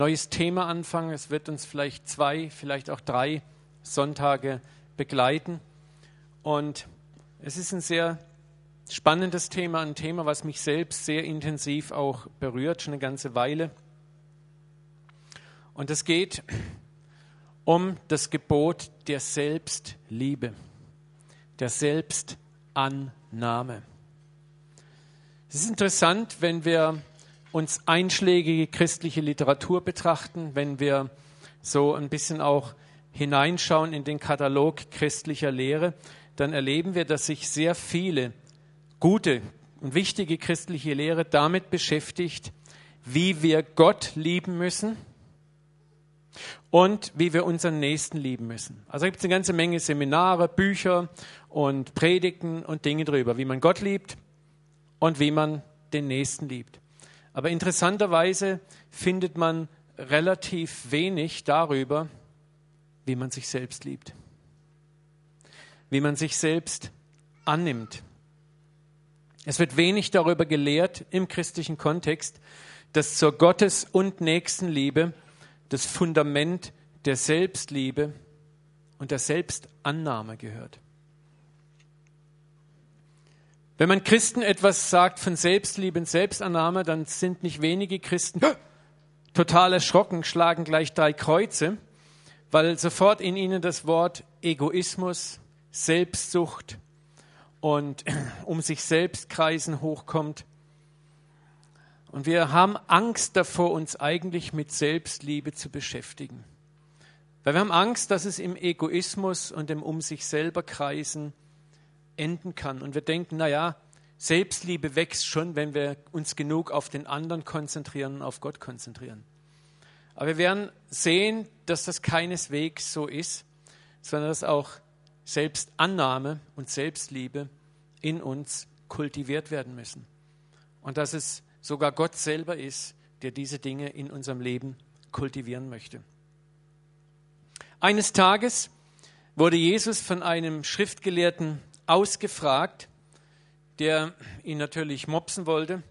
neues Thema anfangen. Es wird uns vielleicht 2, vielleicht auch 3 Sonntage begleiten. Und es ist ein sehr spannendes Thema, ein Thema, was mich selbst sehr intensiv auch berührt, schon eine ganze Weile. Und es geht um das Gebot der Selbstliebe, der Selbstannahme. Es ist interessant, wenn wir uns einschlägige christliche Literatur betrachten, wenn wir so ein bisschen auch hineinschauen in den Katalog christlicher Lehre, dann erleben wir, dass sich sehr viele gute und wichtige christliche Lehre damit beschäftigt, wie wir Gott lieben müssen und wie wir unseren Nächsten lieben müssen. Also gibt es eine ganze Menge Seminare, Bücher und Predigten und Dinge drüber, wie man Gott liebt und wie man den Nächsten liebt. Aber interessanterweise findet man relativ wenig darüber, wie man sich selbst liebt, wie man sich selbst annimmt. Es wird wenig darüber gelehrt im christlichen Kontext, dass zur Gottes- und Nächstenliebe das Fundament der Selbstliebe und der Selbstannahme gehört. Wenn man Christen etwas sagt von Selbstliebe und Selbstannahme, dann sind nicht wenige Christen total erschrocken, schlagen gleich 3 Kreuze, weil sofort in ihnen das Wort Egoismus, Selbstsucht und um sich selbst kreisen hochkommt. Und wir haben Angst davor, uns eigentlich mit Selbstliebe zu beschäftigen. Weil wir haben Angst, dass es im Egoismus und im um sich selber kreisen enden kann. Und wir denken, naja, Selbstliebe wächst schon, wenn wir uns genug auf den anderen konzentrieren und auf Gott konzentrieren. Aber wir werden sehen, dass das keineswegs so ist, sondern dass auch Selbstannahme und Selbstliebe in uns kultiviert werden müssen. Und dass es sogar Gott selber ist, der diese Dinge in unserem Leben kultivieren möchte. Eines Tages wurde Jesus von einem Schriftgelehrten ausgefragt, der ihn natürlich mopsen wollte,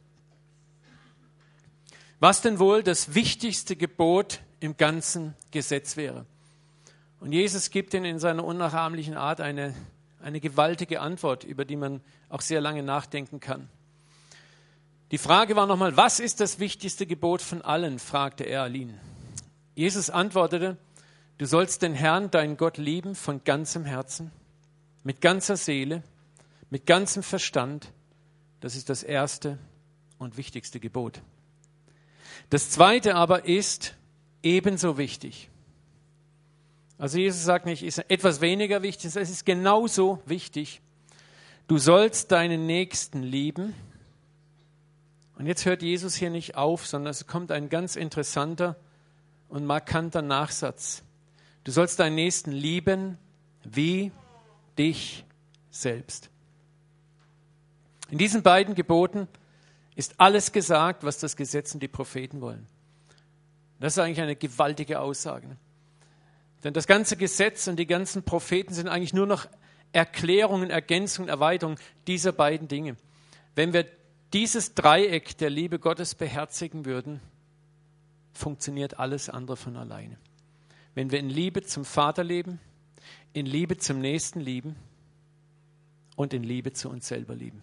was denn wohl das wichtigste Gebot im ganzen Gesetz wäre. Und Jesus gibt ihn in seiner unnachahmlichen Art eine gewaltige Antwort, über die man auch sehr lange nachdenken kann. Die Frage war nochmal, was ist das wichtigste Gebot von allen, fragte er ihn. Jesus antwortete, du sollst den Herrn, deinen Gott, lieben von ganzem Herzen, mit ganzer Seele, mit ganzem Verstand. Das ist das erste und wichtigste Gebot. Das zweite aber ist ebenso wichtig. Also Jesus sagt nicht, ist etwas weniger wichtig, es ist genauso wichtig. Du sollst deinen Nächsten lieben. Und jetzt hört Jesus hier nicht auf, sondern es kommt ein ganz interessanter und markanter Nachsatz. Du sollst deinen Nächsten lieben wie dich selbst. In diesen beiden Geboten ist alles gesagt, was das Gesetz und die Propheten wollen. Das ist eigentlich eine gewaltige Aussage. Denn das ganze Gesetz und die ganzen Propheten sind eigentlich nur noch Erklärungen, Ergänzungen, Erweiterungen dieser beiden Dinge. Wenn wir dieses Dreieck der Liebe Gottes beherzigen würden, funktioniert alles andere von alleine. Wenn wir in Liebe zum Vater leben, in Liebe zum Nächsten lieben und in Liebe zu uns selber lieben.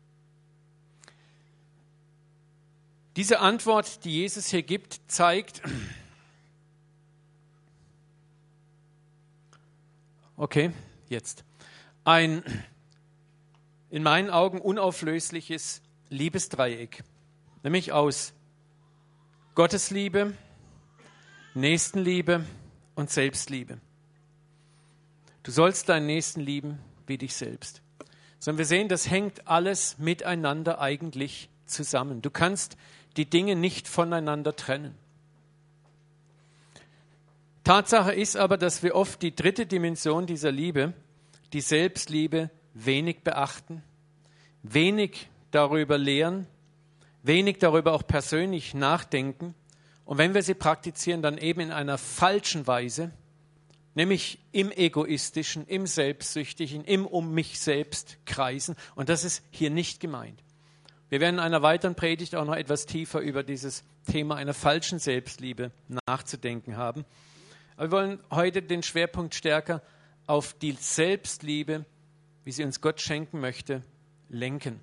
Diese Antwort, die Jesus hier gibt, zeigt, okay, jetzt, ein in meinen Augen unauflösliches Liebesdreieck, nämlich aus Gottesliebe, Nächstenliebe und Selbstliebe. Du sollst deinen Nächsten lieben wie dich selbst. Sondern wir sehen, das hängt alles miteinander eigentlich zusammen. Du kannst die Dinge nicht voneinander trennen. Tatsache ist aber, dass wir oft die dritte Dimension dieser Liebe, die Selbstliebe, wenig beachten, wenig darüber lehren, wenig darüber auch persönlich nachdenken. Und wenn wir sie praktizieren, dann eben in einer falschen Weise, nämlich im Egoistischen, im Selbstsüchtigen, im um mich selbst kreisen. Und das ist hier nicht gemeint. Wir werden in einer weiteren Predigt auch noch etwas tiefer über dieses Thema einer falschen Selbstliebe nachzudenken haben. Aber wir wollen heute den Schwerpunkt stärker auf die Selbstliebe, wie sie uns Gott schenken möchte, lenken.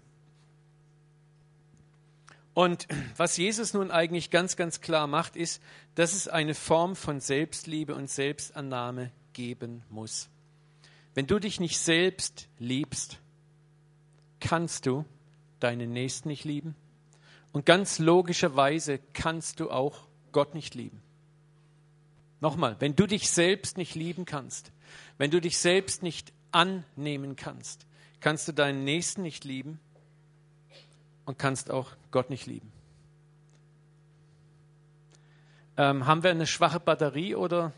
Und was Jesus nun eigentlich ganz, ganz klar macht, ist, dass es eine Form von Selbstliebe und Selbstannahme geben muss. Wenn du dich nicht selbst liebst, kannst du deinen Nächsten nicht lieben. Und ganz logischerweise kannst du auch Gott nicht lieben. Nochmal, wenn du dich selbst nicht lieben kannst, wenn du dich selbst nicht annehmen kannst, kannst du deinen Nächsten nicht lieben und kannst auch Gott nicht lieben. Haben wir eine schwache Batterie oder?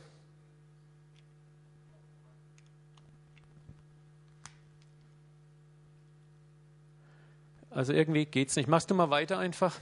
Also irgendwie geht es nicht. Machst du mal weiter einfach?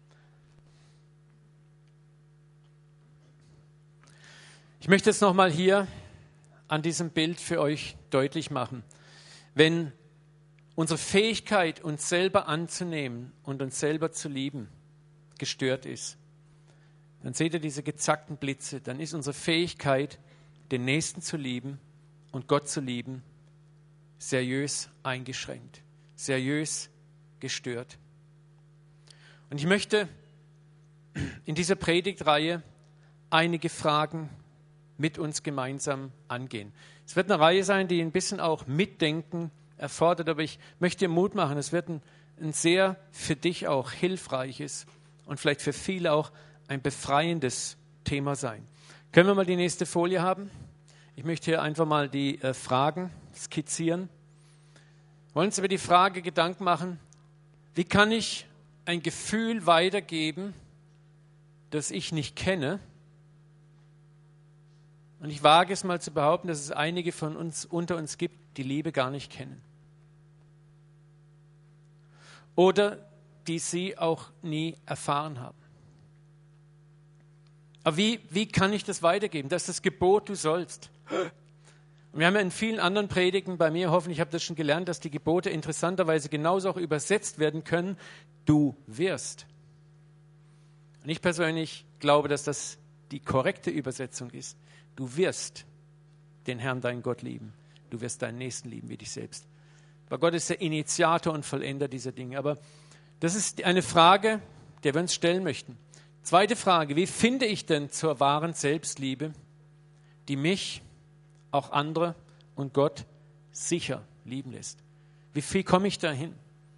Ich möchte jetzt nochmal hier an diesem Bild für euch deutlich machen. Wenn unsere Fähigkeit, uns selber anzunehmen und uns selber zu lieben, gestört ist, dann seht ihr diese gezackten Blitze, dann ist unsere Fähigkeit, den Nächsten zu lieben und Gott zu lieben, seriös eingeschränkt, seriös gestört. Und ich möchte in dieser Predigtreihe einige Fragen mit uns gemeinsam angehen. Es wird eine Reihe sein, die ein bisschen auch Mitdenken erfordert, aber ich möchte dir Mut machen. Es wird ein sehr für dich auch hilfreiches und vielleicht für viele auch ein befreiendes Thema sein. Können wir mal die nächste Folie haben? Ich möchte hier einfach mal die Fragen skizzieren. Wir wollen uns über die Frage Gedanken machen, wie kann ich ein Gefühl weitergeben, das ich nicht kenne? Und ich wage es mal zu behaupten, dass es einige von uns unter uns gibt, die Liebe gar nicht kennen. Oder die sie auch nie erfahren haben. Aber wie kann ich das weitergeben? Das ist das Gebot, du sollst. Und wir haben ja in vielen anderen Predigten bei mir, hoffentlich habt ihr das schon gelernt, dass die Gebote interessanterweise genauso auch übersetzt werden können. Du wirst. Und ich persönlich glaube, dass das die korrekte Übersetzung ist. Du wirst den Herrn, deinen Gott lieben. Du wirst deinen Nächsten lieben wie dich selbst. Weil Gott ist der Initiator und Vollender dieser Dinge. Aber das ist eine Frage, der wir uns stellen möchten. Zweite Frage, wie finde ich denn zur wahren Selbstliebe, die mich, auch andere und Gott sicher lieben lässt? Wie komme ich dahin?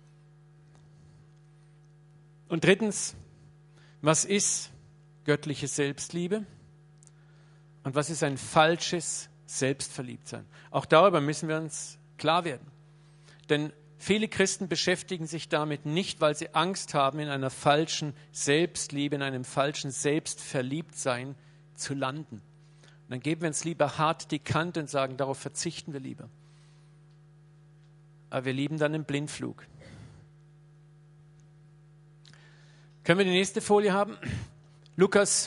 Und drittens, was ist göttliche Selbstliebe? Und was ist ein falsches Selbstverliebtsein? Auch darüber müssen wir uns klar werden. Denn viele Christen beschäftigen sich damit nicht, weil sie Angst haben, in einer falschen Selbstliebe, in einem falschen Selbstverliebtsein zu landen. Und dann geben wir uns lieber hart die Kante und sagen, darauf verzichten wir lieber. Aber wir lieben dann im Blindflug. Können wir die nächste Folie haben? Lukas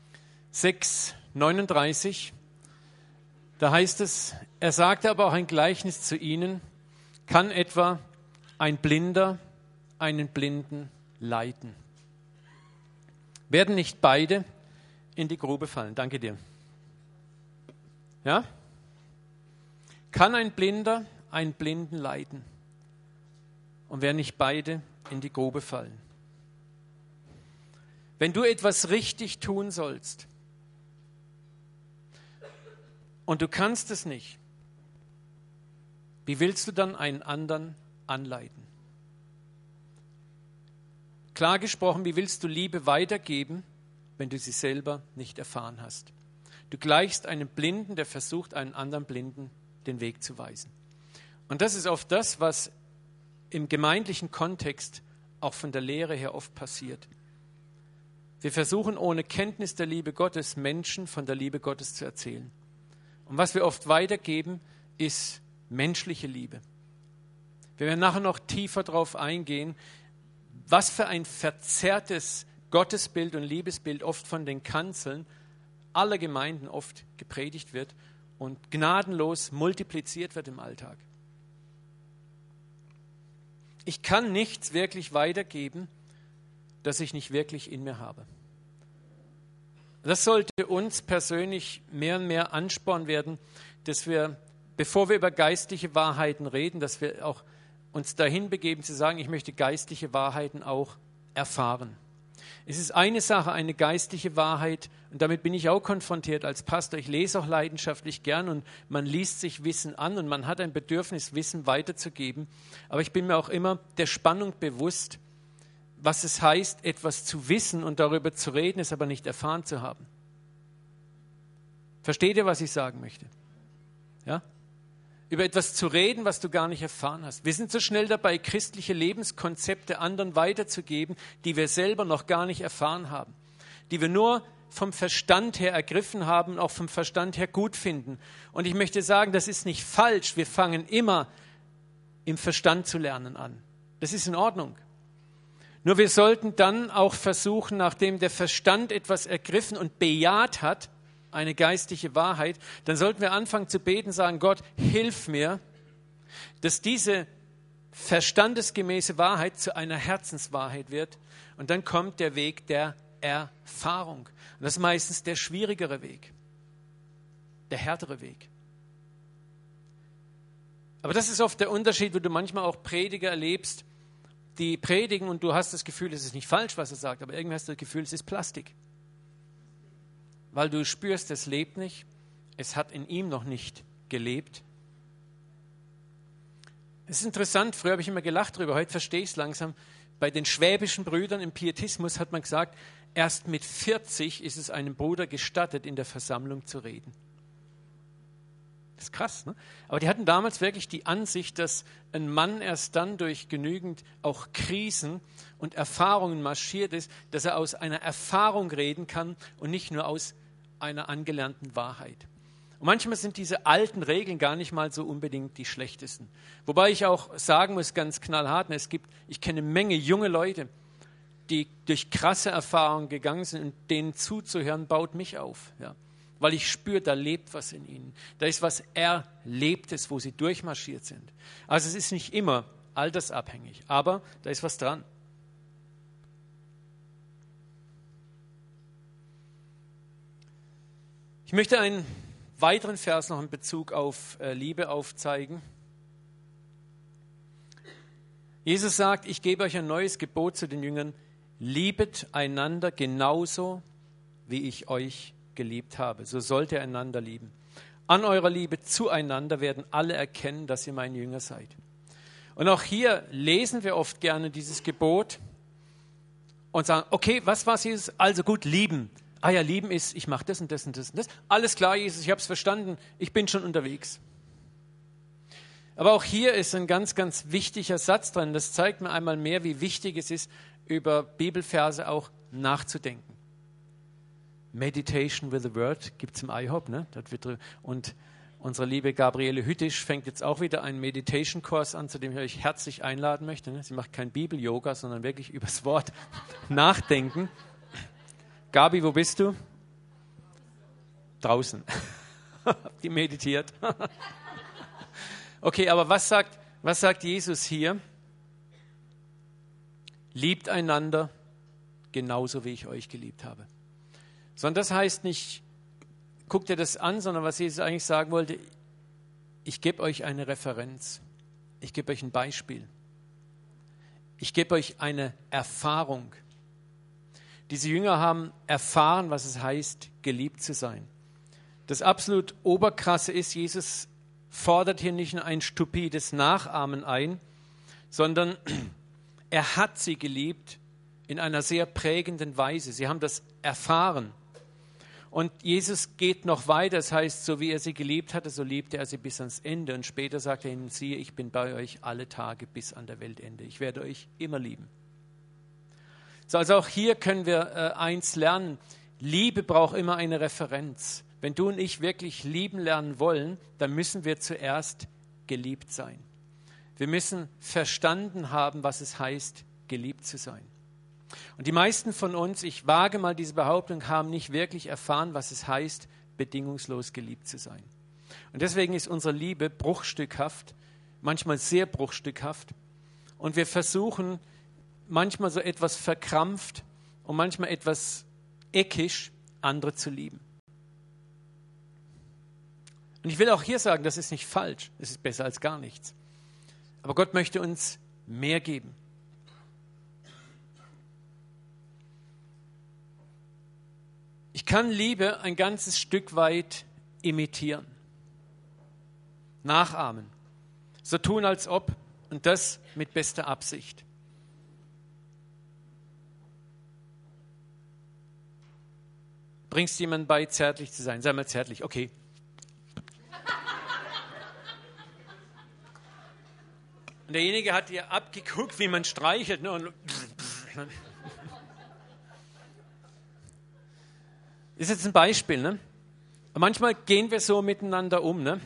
6,39. Da heißt es, er sagte aber auch ein Gleichnis zu ihnen, kann etwa ein Blinder einen Blinden leiten? Werden nicht beide in die Grube fallen? Danke dir. Ja? Kann ein Blinder einen Blinden leiten? Und werden nicht beide in die Grube fallen? Wenn du etwas richtig tun sollst und du kannst es nicht, wie willst du dann einen anderen anleiten? Klar gesprochen, wie willst du Liebe weitergeben, wenn du sie selber nicht erfahren hast? Du gleichst einem Blinden, der versucht, einen anderen Blinden den Weg zu weisen. Und das ist oft das, was im gemeindlichen Kontext auch von der Lehre her oft passiert. Wir versuchen ohne Kenntnis der Liebe Gottes Menschen von der Liebe Gottes zu erzählen. Und was wir oft weitergeben, ist menschliche Liebe. Wir werden nachher noch tiefer darauf eingehen, was für ein verzerrtes Gottesbild und Liebesbild oft von den Kanzeln aller Gemeinden oft gepredigt wird und gnadenlos multipliziert wird im Alltag. Ich kann nichts wirklich weitergeben, das ich nicht wirklich in mir habe. Das sollte uns persönlich mehr und mehr Ansporn werden, dass wir, bevor wir über geistliche Wahrheiten reden, dass wir auch uns dahin begeben zu sagen, ich möchte geistliche Wahrheiten auch erfahren. Es ist eine Sache, eine geistliche Wahrheit, und damit bin ich auch konfrontiert als Pastor. Ich lese auch leidenschaftlich gern und man liest sich Wissen an und man hat ein Bedürfnis, Wissen weiterzugeben. Aber ich bin mir auch immer der Spannung bewusst, was es heißt, etwas zu wissen und darüber zu reden, es aber nicht erfahren zu haben. Versteht ihr, was ich sagen möchte? Ja? Über etwas zu reden, was du gar nicht erfahren hast. Wir sind so schnell dabei, christliche Lebenskonzepte anderen weiterzugeben, die wir selber noch gar nicht erfahren haben, die wir nur vom Verstand her ergriffen haben und auch vom Verstand her gut finden. Und ich möchte sagen, das ist nicht falsch. Wir fangen immer im Verstand zu lernen an. Das ist in Ordnung. Nur wir sollten dann auch versuchen, nachdem der Verstand etwas ergriffen und bejaht hat, eine geistliche Wahrheit, dann sollten wir anfangen zu beten, sagen, Gott, hilf mir, dass diese verstandesgemäße Wahrheit zu einer Herzenswahrheit wird. Und dann kommt der Weg der Erfahrung. Und das ist meistens der schwierigere Weg, der härtere Weg. Aber das ist oft der Unterschied, wo du manchmal auch Prediger erlebst, die predigen und du hast das Gefühl, es ist nicht falsch, was er sagt, aber irgendwie hast du das Gefühl, es ist Plastik. Weil du spürst, es lebt nicht, es hat in ihm noch nicht gelebt. Es ist interessant, früher habe ich immer gelacht darüber, heute verstehe ich es langsam. Bei den schwäbischen Brüdern im Pietismus hat man gesagt, erst mit 40 ist es einem Bruder gestattet, in der Versammlung zu reden. Das ist krass, ne? Aber die hatten damals wirklich die Ansicht, dass ein Mann erst dann durch genügend auch Krisen und Erfahrungen marschiert ist, dass er aus einer Erfahrung reden kann und nicht nur aus einer angelernten Wahrheit. Und manchmal sind diese alten Regeln gar nicht mal so unbedingt die schlechtesten. Wobei ich auch sagen muss, ganz knallhart, ich kenne eine Menge junge Leute, die durch krasse Erfahrungen gegangen sind und denen zuzuhören, baut mich auf. Ja. Weil ich spüre, da lebt was in ihnen. Da ist was Erlebtes, wo sie durchmarschiert sind. Also es ist nicht immer altersabhängig, aber da ist was dran. Ich möchte einen weiteren Vers noch in Bezug auf Liebe aufzeigen. Jesus sagt, ich gebe euch ein neues Gebot zu den Jüngern, liebet einander genauso, wie ich euch geliebt habe. So sollt ihr einander lieben. An eurer Liebe zueinander werden alle erkennen, dass ihr meine Jünger seid. Und auch hier lesen wir oft gerne dieses Gebot und sagen, okay, was war Jesus? Also gut, lieben. Ah ja, lieben ist, ich mache das und das und das und das. Alles klar, Jesus, ich habe es verstanden, ich bin schon unterwegs. Aber auch hier ist ein ganz, ganz wichtiger Satz drin. Das zeigt mir einmal mehr, wie wichtig es ist, über Bibelverse auch nachzudenken. Meditation with the Word gibt es im IHOP. Ne? Und unsere liebe Gabriele Hüttisch fängt jetzt auch wieder einen Meditation-Kurs an, zu dem ich euch herzlich einladen möchte. Ne? Sie macht kein Bibel-Yoga, sondern wirklich übers Wort nachdenken. Gabi, wo bist du? Draußen. Die meditiert. Okay, aber was sagt Jesus hier? Liebt einander genauso, wie ich euch geliebt habe. Sondern das heißt nicht, guckt ihr das an, sondern was Jesus eigentlich sagen wollte, ich gebe euch eine Referenz. Ich gebe euch ein Beispiel. Ich gebe euch eine Erfahrung. Diese Jünger haben erfahren, was es heißt, geliebt zu sein. Das absolut Oberkrasse ist, Jesus fordert hier nicht nur ein stupides Nachahmen ein, sondern er hat sie geliebt in einer sehr prägenden Weise. Sie haben das erfahren. Und Jesus geht noch weiter, das heißt, so wie er sie geliebt hatte, so liebte er sie bis ans Ende. Und später sagt er ihnen, siehe, ich bin bei euch alle Tage bis an der Weltende. Ich werde euch immer lieben. So, also auch hier können wir eins lernen. Liebe braucht immer eine Referenz. Wenn du und ich wirklich lieben lernen wollen, dann müssen wir zuerst geliebt sein. Wir müssen verstanden haben, was es heißt, geliebt zu sein. Und die meisten von uns, ich wage mal diese Behauptung, haben nicht wirklich erfahren, was es heißt, bedingungslos geliebt zu sein. Und deswegen ist unsere Liebe bruchstückhaft, manchmal sehr bruchstückhaft. und wir versuchen manchmal so etwas verkrampft und manchmal etwas eckisch andere zu lieben. Und ich will auch hier sagen, das ist nicht falsch, es ist besser als gar nichts. Aber Gott möchte uns mehr geben. Ich kann Liebe ein ganzes Stück weit imitieren, nachahmen, so tun als ob und das mit bester Absicht. Bringst jemandem bei, zärtlich zu sein. Sei mal zärtlich, okay. Und derjenige hat dir abgeguckt, wie man streichelt. Ne? Und ist jetzt ein Beispiel. Ne? Manchmal gehen wir so miteinander um. Ne?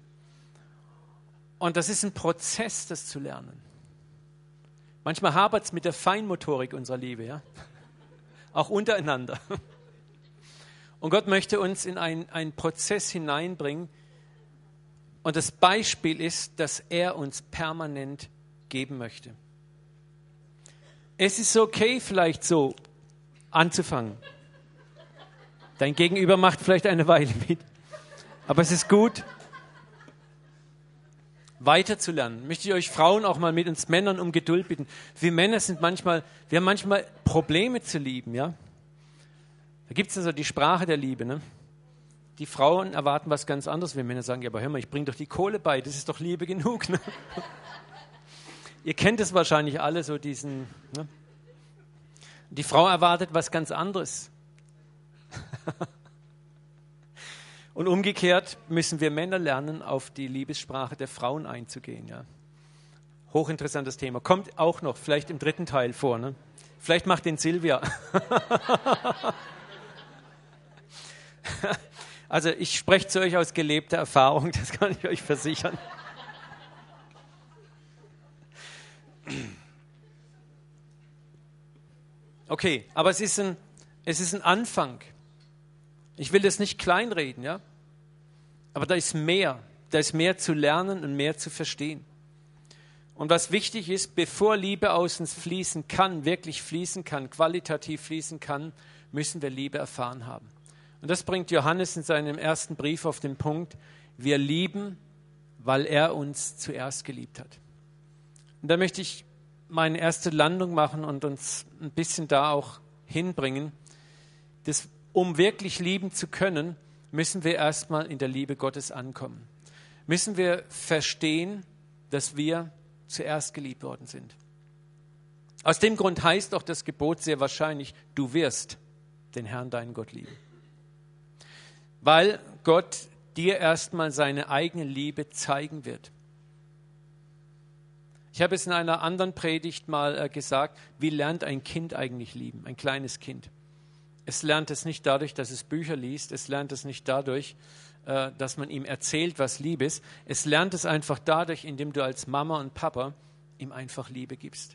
Und das ist ein Prozess, das zu lernen. Manchmal hapert es mit der Feinmotorik unserer Liebe. Ja? Auch untereinander. Und Gott möchte uns in einen Prozess hineinbringen. Und das Beispiel ist, dass er uns permanent geben möchte. Es ist okay, vielleicht so anzufangen. Dein Gegenüber macht vielleicht eine Weile mit. Aber es ist gut, weiterzulernen. Möchte ich euch Frauen auch mal mit uns Männern um Geduld bitten. Wir Männer wir haben manchmal Probleme zu lieben, ja. Da gibt es also die Sprache der Liebe, ne? Die Frauen erwarten was ganz anderes. Wir Männer sagen, ja, aber hör mal, ich bringe doch die Kohle bei, das ist doch Liebe genug. Ne? Ihr kennt es wahrscheinlich alle, so diesen... Ne? Die Frau erwartet was ganz anderes. Und umgekehrt müssen wir Männer lernen, auf die Liebessprache der Frauen einzugehen. Ja? Hochinteressantes Thema. Kommt auch noch, vielleicht im 3. Teil vor. Ne? Vielleicht macht den Silvia. Also ich spreche zu euch aus gelebter Erfahrung, das kann ich euch versichern. Okay, aber es ist ein Anfang. Ich will das nicht kleinreden, ja? Aber da ist mehr zu lernen und mehr zu verstehen. Und was wichtig ist, bevor Liebe aus uns fließen kann, wirklich fließen kann, qualitativ fließen kann, müssen wir Liebe erfahren haben. Und das bringt Johannes in seinem ersten Brief auf den Punkt, wir lieben, weil er uns zuerst geliebt hat. Und da möchte ich meine erste Landung machen und uns ein bisschen da auch hinbringen. Um wirklich lieben zu können, müssen wir erstmal in der Liebe Gottes ankommen. Müssen wir verstehen, dass wir zuerst geliebt worden sind. Aus dem Grund heißt auch das Gebot sehr wahrscheinlich, du wirst den Herrn, deinen Gott lieben. Weil Gott dir erstmal seine eigene Liebe zeigen wird. Ich habe es in einer anderen Predigt mal gesagt, wie lernt ein Kind eigentlich lieben, ein kleines Kind? Es lernt es nicht dadurch, dass es Bücher liest, es lernt es nicht dadurch, dass man ihm erzählt, was Liebe ist. Es lernt es einfach dadurch, indem du als Mama und Papa ihm einfach Liebe gibst.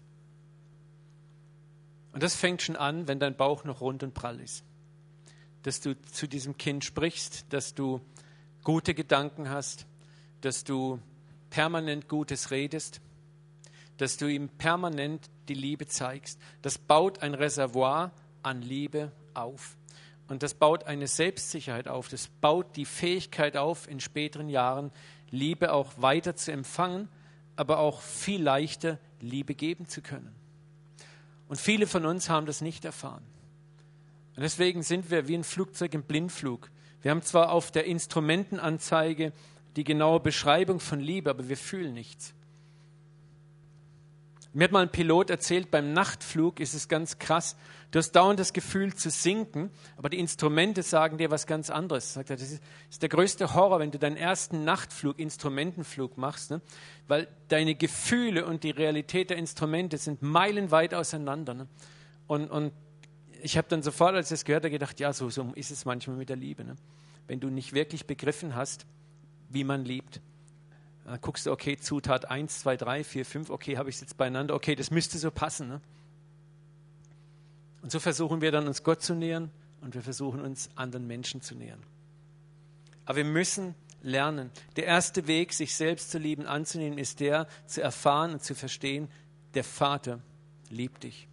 Und das fängt schon an, wenn dein Bauch noch rund und prall ist. Dass du zu diesem Kind sprichst, dass du gute Gedanken hast, dass du permanent Gutes redest, dass du ihm permanent die Liebe zeigst. Das baut ein Reservoir an Liebe auf. Und das baut eine Selbstsicherheit auf. Das baut die Fähigkeit auf, in späteren Jahren Liebe auch weiter zu empfangen, aber auch viel leichter Liebe geben zu können. Und viele von uns haben das nicht erfahren. Und deswegen sind wir wie ein Flugzeug im Blindflug. Wir haben zwar auf der Instrumentenanzeige die genaue Beschreibung von Liebe, aber wir fühlen nichts. Mir hat mal ein Pilot erzählt, beim Nachtflug ist es ganz krass. Du hast dauernd das Gefühl zu sinken, aber die Instrumente sagen dir was ganz anderes. Sagt er, das ist der größte Horror, wenn du deinen ersten Nachtflug, Instrumentenflug machst, ne? Weil deine Gefühle und die Realität der Instrumente sind meilenweit auseinander. Ne? Und ich habe dann sofort, als ich das gehört habe, gedacht, ja, so ist es manchmal mit der Liebe. Ne? Wenn du nicht wirklich begriffen hast, wie man liebt. Dann guckst du, okay, Zutat 1, 2, 3, 4, 5, okay, habe ich es jetzt beieinander, okay, das müsste so passen. Ne? Und so versuchen wir dann, uns Gott zu nähern und wir versuchen, uns anderen Menschen zu nähern. Aber wir müssen lernen. Der erste Weg, sich selbst zu lieben, anzunehmen, ist der, zu erfahren und zu verstehen, der Vater liebt dich.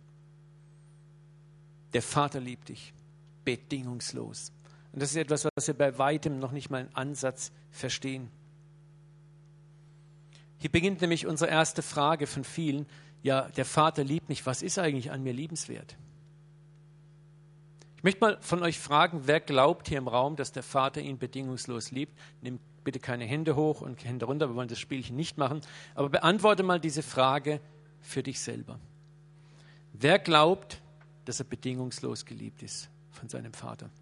Der Vater liebt dich bedingungslos. Und das ist etwas, was wir bei weitem noch nicht mal im Ansatz verstehen. Hier beginnt nämlich unsere erste Frage von vielen. Ja, der Vater liebt mich. Was ist eigentlich an mir liebenswert? Ich möchte mal von euch fragen, wer glaubt hier im Raum, dass der Vater ihn bedingungslos liebt? Nehmt bitte keine Hände hoch und Hände runter, wir wollen das Spielchen nicht machen. Aber beantworte mal diese Frage für dich selber. Wer glaubt, dass er bedingungslos geliebt ist von seinem Vater?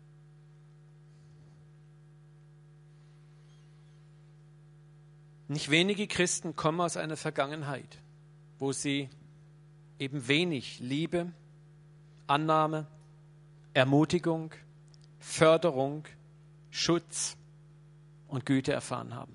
Nicht wenige Christen kommen aus einer Vergangenheit, wo sie eben wenig Liebe, Annahme, Ermutigung, Förderung, Schutz und Güte erfahren haben.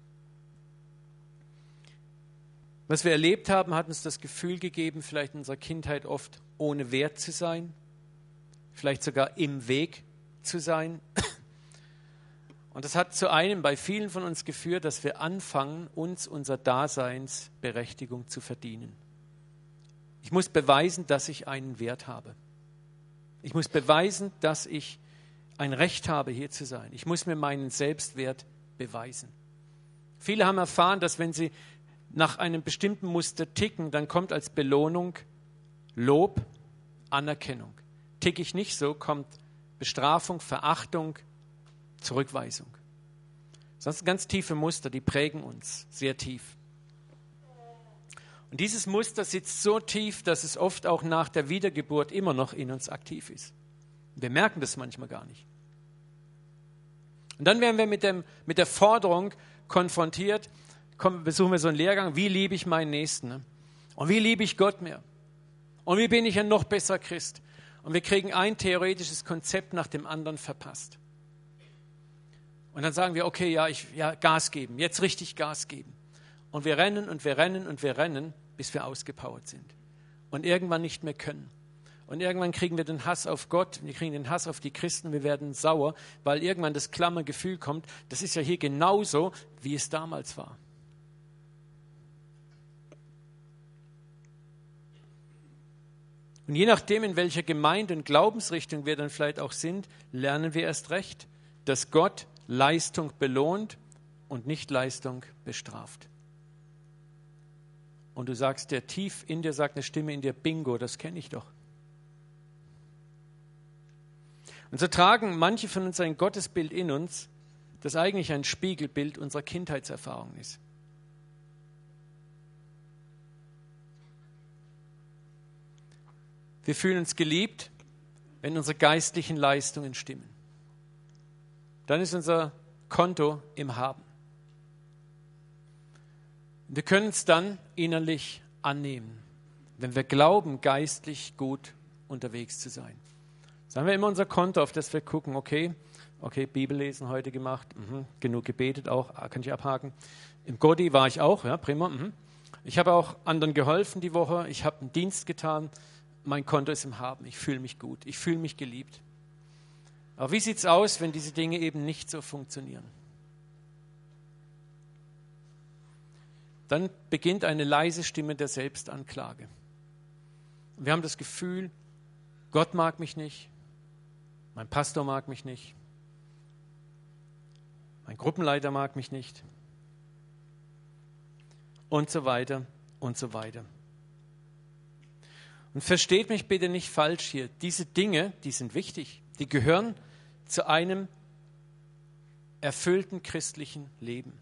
Was wir erlebt haben, hat uns das Gefühl gegeben, vielleicht in unserer Kindheit oft ohne Wert zu sein, vielleicht sogar im Weg zu sein. Und das hat zu einem bei vielen von uns geführt, dass wir anfangen, uns unserer Daseinsberechtigung zu verdienen. Ich muss beweisen, dass ich einen Wert habe. Ich muss beweisen, dass ich ein Recht habe, hier zu sein. Ich muss mir meinen Selbstwert beweisen. Viele haben erfahren, dass wenn sie nach einem bestimmten Muster ticken, dann kommt als Belohnung Lob, Anerkennung. Ticke ich nicht so, kommt Bestrafung, Verachtung, Zurückweisung. Das sind ganz tiefe Muster, die prägen uns sehr tief. Und dieses Muster sitzt so tief, dass es oft auch nach der Wiedergeburt immer noch in uns aktiv ist. Wir merken das manchmal gar nicht. Und dann werden wir mit der Forderung konfrontiert, besuchen wir so einen Lehrgang, wie liebe ich meinen Nächsten? Ne? Und wie liebe ich Gott mehr? Und wie bin ich ein noch besserer Christ? Und wir kriegen ein theoretisches Konzept nach dem anderen verpasst. Und dann sagen wir, okay, Gas geben, jetzt richtig Gas geben. Und wir rennen und wir rennen und wir rennen, bis wir ausgepowert sind. Und irgendwann nicht mehr können. Und irgendwann kriegen wir den Hass auf Gott, wir kriegen den Hass auf die Christen, wir werden sauer, weil irgendwann das klamme Gefühl kommt, das ist ja hier genauso, wie es damals war. Und je nachdem, in welcher Gemeinde und Glaubensrichtung wir dann vielleicht auch sind, lernen wir erst recht, dass Gott Leistung belohnt und nicht Leistung bestraft. Und du sagst, der tief in dir sagt eine Stimme in dir, Bingo, das kenne ich doch. Und so tragen manche von uns ein Gottesbild in uns, das eigentlich ein Spiegelbild unserer Kindheitserfahrung ist. Wir fühlen uns geliebt, wenn unsere geistlichen Leistungen stimmen. Dann ist unser Konto im Haben. Wir können es dann innerlich annehmen, wenn wir glauben, geistlich gut unterwegs zu sein. Das haben wir immer unser Konto, auf das wir gucken, okay, Bibellesen heute gemacht, genug gebetet auch, kann ich abhaken. Im Godi war ich auch, ja, prima. Ich habe auch anderen geholfen die Woche, ich habe einen Dienst getan, mein Konto ist im Haben, ich fühle mich gut, ich fühle mich geliebt. Aber wie sieht es aus, wenn diese Dinge eben nicht so funktionieren? Dann beginnt eine leise Stimme der Selbstanklage. Und wir haben das Gefühl, Gott mag mich nicht, mein Pastor mag mich nicht, mein Gruppenleiter mag mich nicht und so weiter und so weiter. Und versteht mich bitte nicht falsch hier, diese Dinge, die sind wichtig, die gehören zu einem erfüllten christlichen Leben.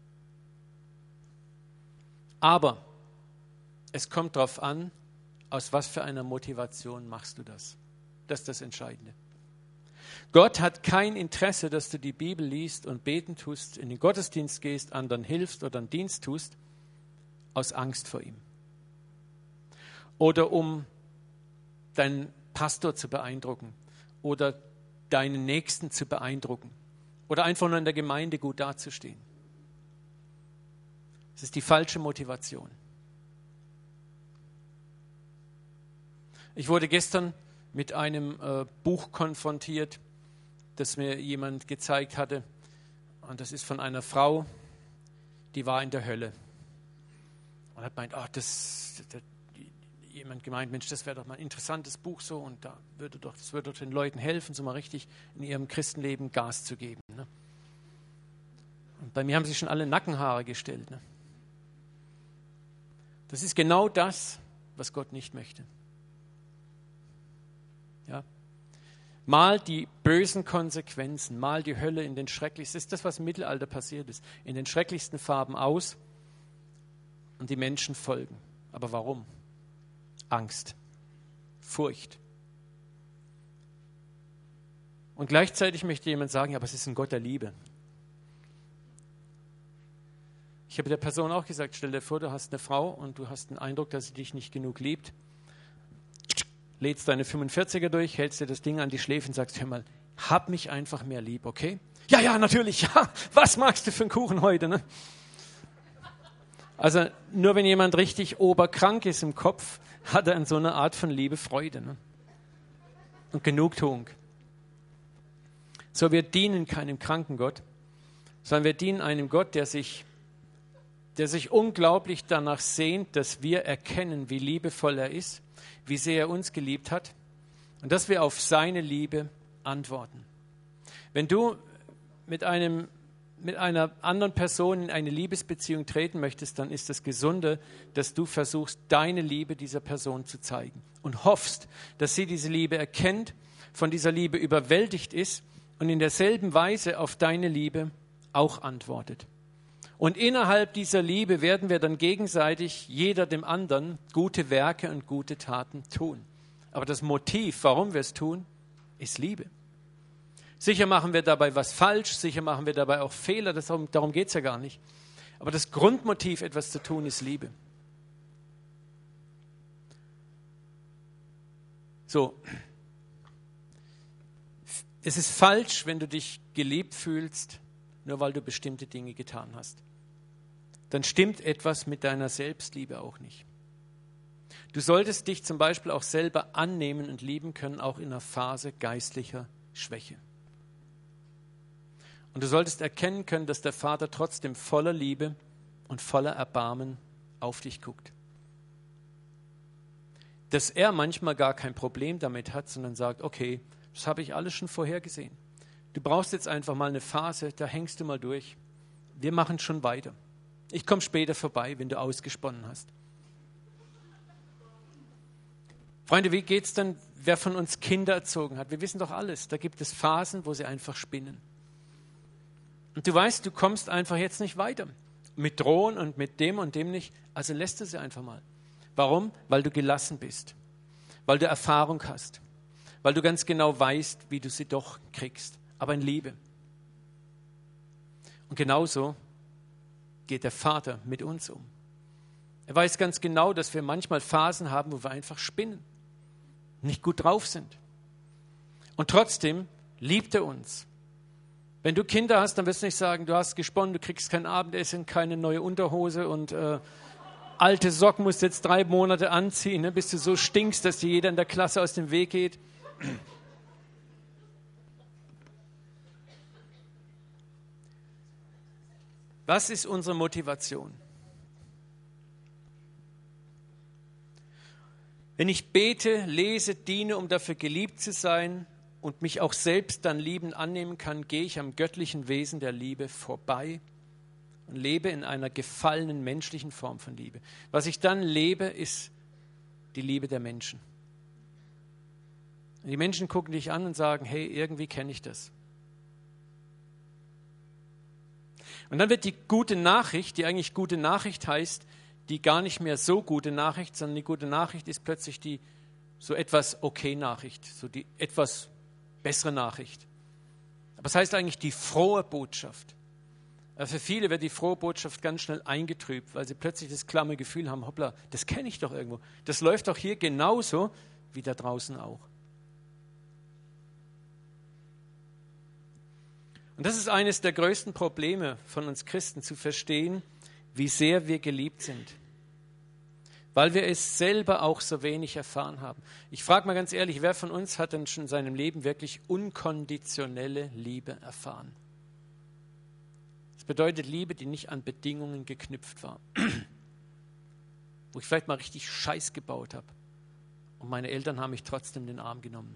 Aber es kommt darauf an, aus was für einer Motivation machst du das. Das ist das Entscheidende. Gott hat kein Interesse, dass du die Bibel liest und beten tust, in den Gottesdienst gehst, anderen hilfst oder einen Dienst tust, aus Angst vor ihm. Oder um deinen Pastor zu beeindrucken oder deinen Nächsten zu beeindrucken oder einfach nur in der Gemeinde gut dazustehen. Das ist die falsche Motivation. Ich wurde gestern mit einem Buch konfrontiert, das mir jemand gezeigt hatte. Und das ist von einer Frau, die war in der Hölle. Und hat meint, jemand gemeint, Mensch, das wäre doch mal ein interessantes Buch so und das würde doch den Leuten helfen, so mal richtig in ihrem Christenleben Gas zu geben. Ne? Und bei mir haben sich schon alle Nackenhaare gestellt. Ne? Das ist genau das, was Gott nicht möchte. Ja? Mal die bösen Konsequenzen, mal die Hölle in den schrecklichsten, das ist das, was im Mittelalter passiert ist, in den schrecklichsten Farben aus und die Menschen folgen. Aber warum? Angst, Furcht. Und gleichzeitig möchte jemand sagen, ja, aber es ist ein Gott der Liebe. Ich habe der Person auch gesagt, stell dir vor, du hast eine Frau und du hast den Eindruck, dass sie dich nicht genug liebt. Lädst deine 45er durch, hältst dir das Ding an die Schläfe und sagst, hör mal, hab mich einfach mehr lieb, okay? Ja, natürlich, ja. Was magst du für einen Kuchen heute, ne? Also nur wenn jemand richtig oberkrank ist im Kopf, hat er an so einer Art von Liebe Freude, ne? Und Genugtuung. So, wir dienen keinem kranken Gott, sondern wir dienen einem Gott, der sich unglaublich danach sehnt, dass wir erkennen, wie liebevoll er ist, wie sehr er uns geliebt hat und dass wir auf seine Liebe antworten. Wenn du mit einer anderen Person in eine Liebesbeziehung treten möchtest, dann ist das Gesunde, dass du versuchst, deine Liebe dieser Person zu zeigen und hoffst, dass sie diese Liebe erkennt, von dieser Liebe überwältigt ist und in derselben Weise auf deine Liebe auch antwortet. Und innerhalb dieser Liebe werden wir dann gegenseitig, jeder dem anderen, gute Werke und gute Taten tun. Aber das Motiv, warum wir es tun, ist Liebe. Sicher machen wir dabei was falsch, sicher machen wir dabei auch Fehler, darum geht es ja gar nicht. Aber das Grundmotiv, etwas zu tun, ist Liebe. So, es ist falsch, wenn du dich geliebt fühlst, nur weil du bestimmte Dinge getan hast. Dann stimmt etwas mit deiner Selbstliebe auch nicht. Du solltest dich zum Beispiel auch selber annehmen und lieben können, auch in einer Phase geistlicher Schwäche. Und du solltest erkennen können, dass der Vater trotzdem voller Liebe und voller Erbarmen auf dich guckt. Dass er manchmal gar kein Problem damit hat, sondern sagt, okay, das habe ich alles schon vorhergesehen. Du brauchst jetzt einfach mal eine Phase, da hängst du mal durch. Wir machen schon weiter. Ich komme später vorbei, wenn du ausgesponnen hast. Freunde, wie geht's denn, wer von uns Kinder erzogen hat? Wir wissen doch alles. Da gibt es Phasen, wo sie einfach spinnen. Und du weißt, du kommst einfach jetzt nicht weiter. Mit Drohen und mit dem und dem nicht. Also lässt du sie einfach mal. Warum? Weil du gelassen bist. Weil du Erfahrung hast. Weil du ganz genau weißt, wie du sie doch kriegst. Aber in Liebe. Und genauso geht der Vater mit uns um. Er weiß ganz genau, dass wir manchmal Phasen haben, wo wir einfach spinnen. Nicht gut drauf sind. Und trotzdem liebt er uns. Wenn du Kinder hast, dann wirst du nicht sagen, du hast gesponnen, du kriegst kein Abendessen, keine neue Unterhose und alte Socken musst du jetzt 3 Monate anziehen, ne, bis du so stinkst, dass dir jeder in der Klasse aus dem Weg geht. Was ist unsere Motivation? Wenn ich bete, lese, diene, um dafür geliebt zu sein, und mich auch selbst dann liebend annehmen kann, gehe ich am göttlichen Wesen der Liebe vorbei und lebe in einer gefallenen menschlichen Form von Liebe. Was ich dann lebe, ist die Liebe der Menschen. Und die Menschen gucken dich an und sagen, hey, irgendwie kenne ich das. Und dann wird die gute Nachricht, die eigentlich gute Nachricht heißt, die gar nicht mehr so gute Nachricht, sondern die gute Nachricht ist plötzlich die so etwas Okay-Nachricht, so die etwas bessere Nachricht. Aber es heißt eigentlich die frohe Botschaft. Aber für viele wird die frohe Botschaft ganz schnell eingetrübt, weil sie plötzlich das klamme Gefühl haben, hoppla, das kenne ich doch irgendwo. Das läuft doch hier genauso wie da draußen auch. Und das ist eines der größten Probleme von uns Christen, zu verstehen, wie sehr wir geliebt sind. Weil wir es selber auch so wenig erfahren haben. Ich frage mal ganz ehrlich, wer von uns hat denn schon in seinem Leben wirklich unkonditionelle Liebe erfahren? Das bedeutet Liebe, die nicht an Bedingungen geknüpft war. Wo ich vielleicht mal richtig Scheiß gebaut habe. Und meine Eltern haben mich trotzdem in den Arm genommen.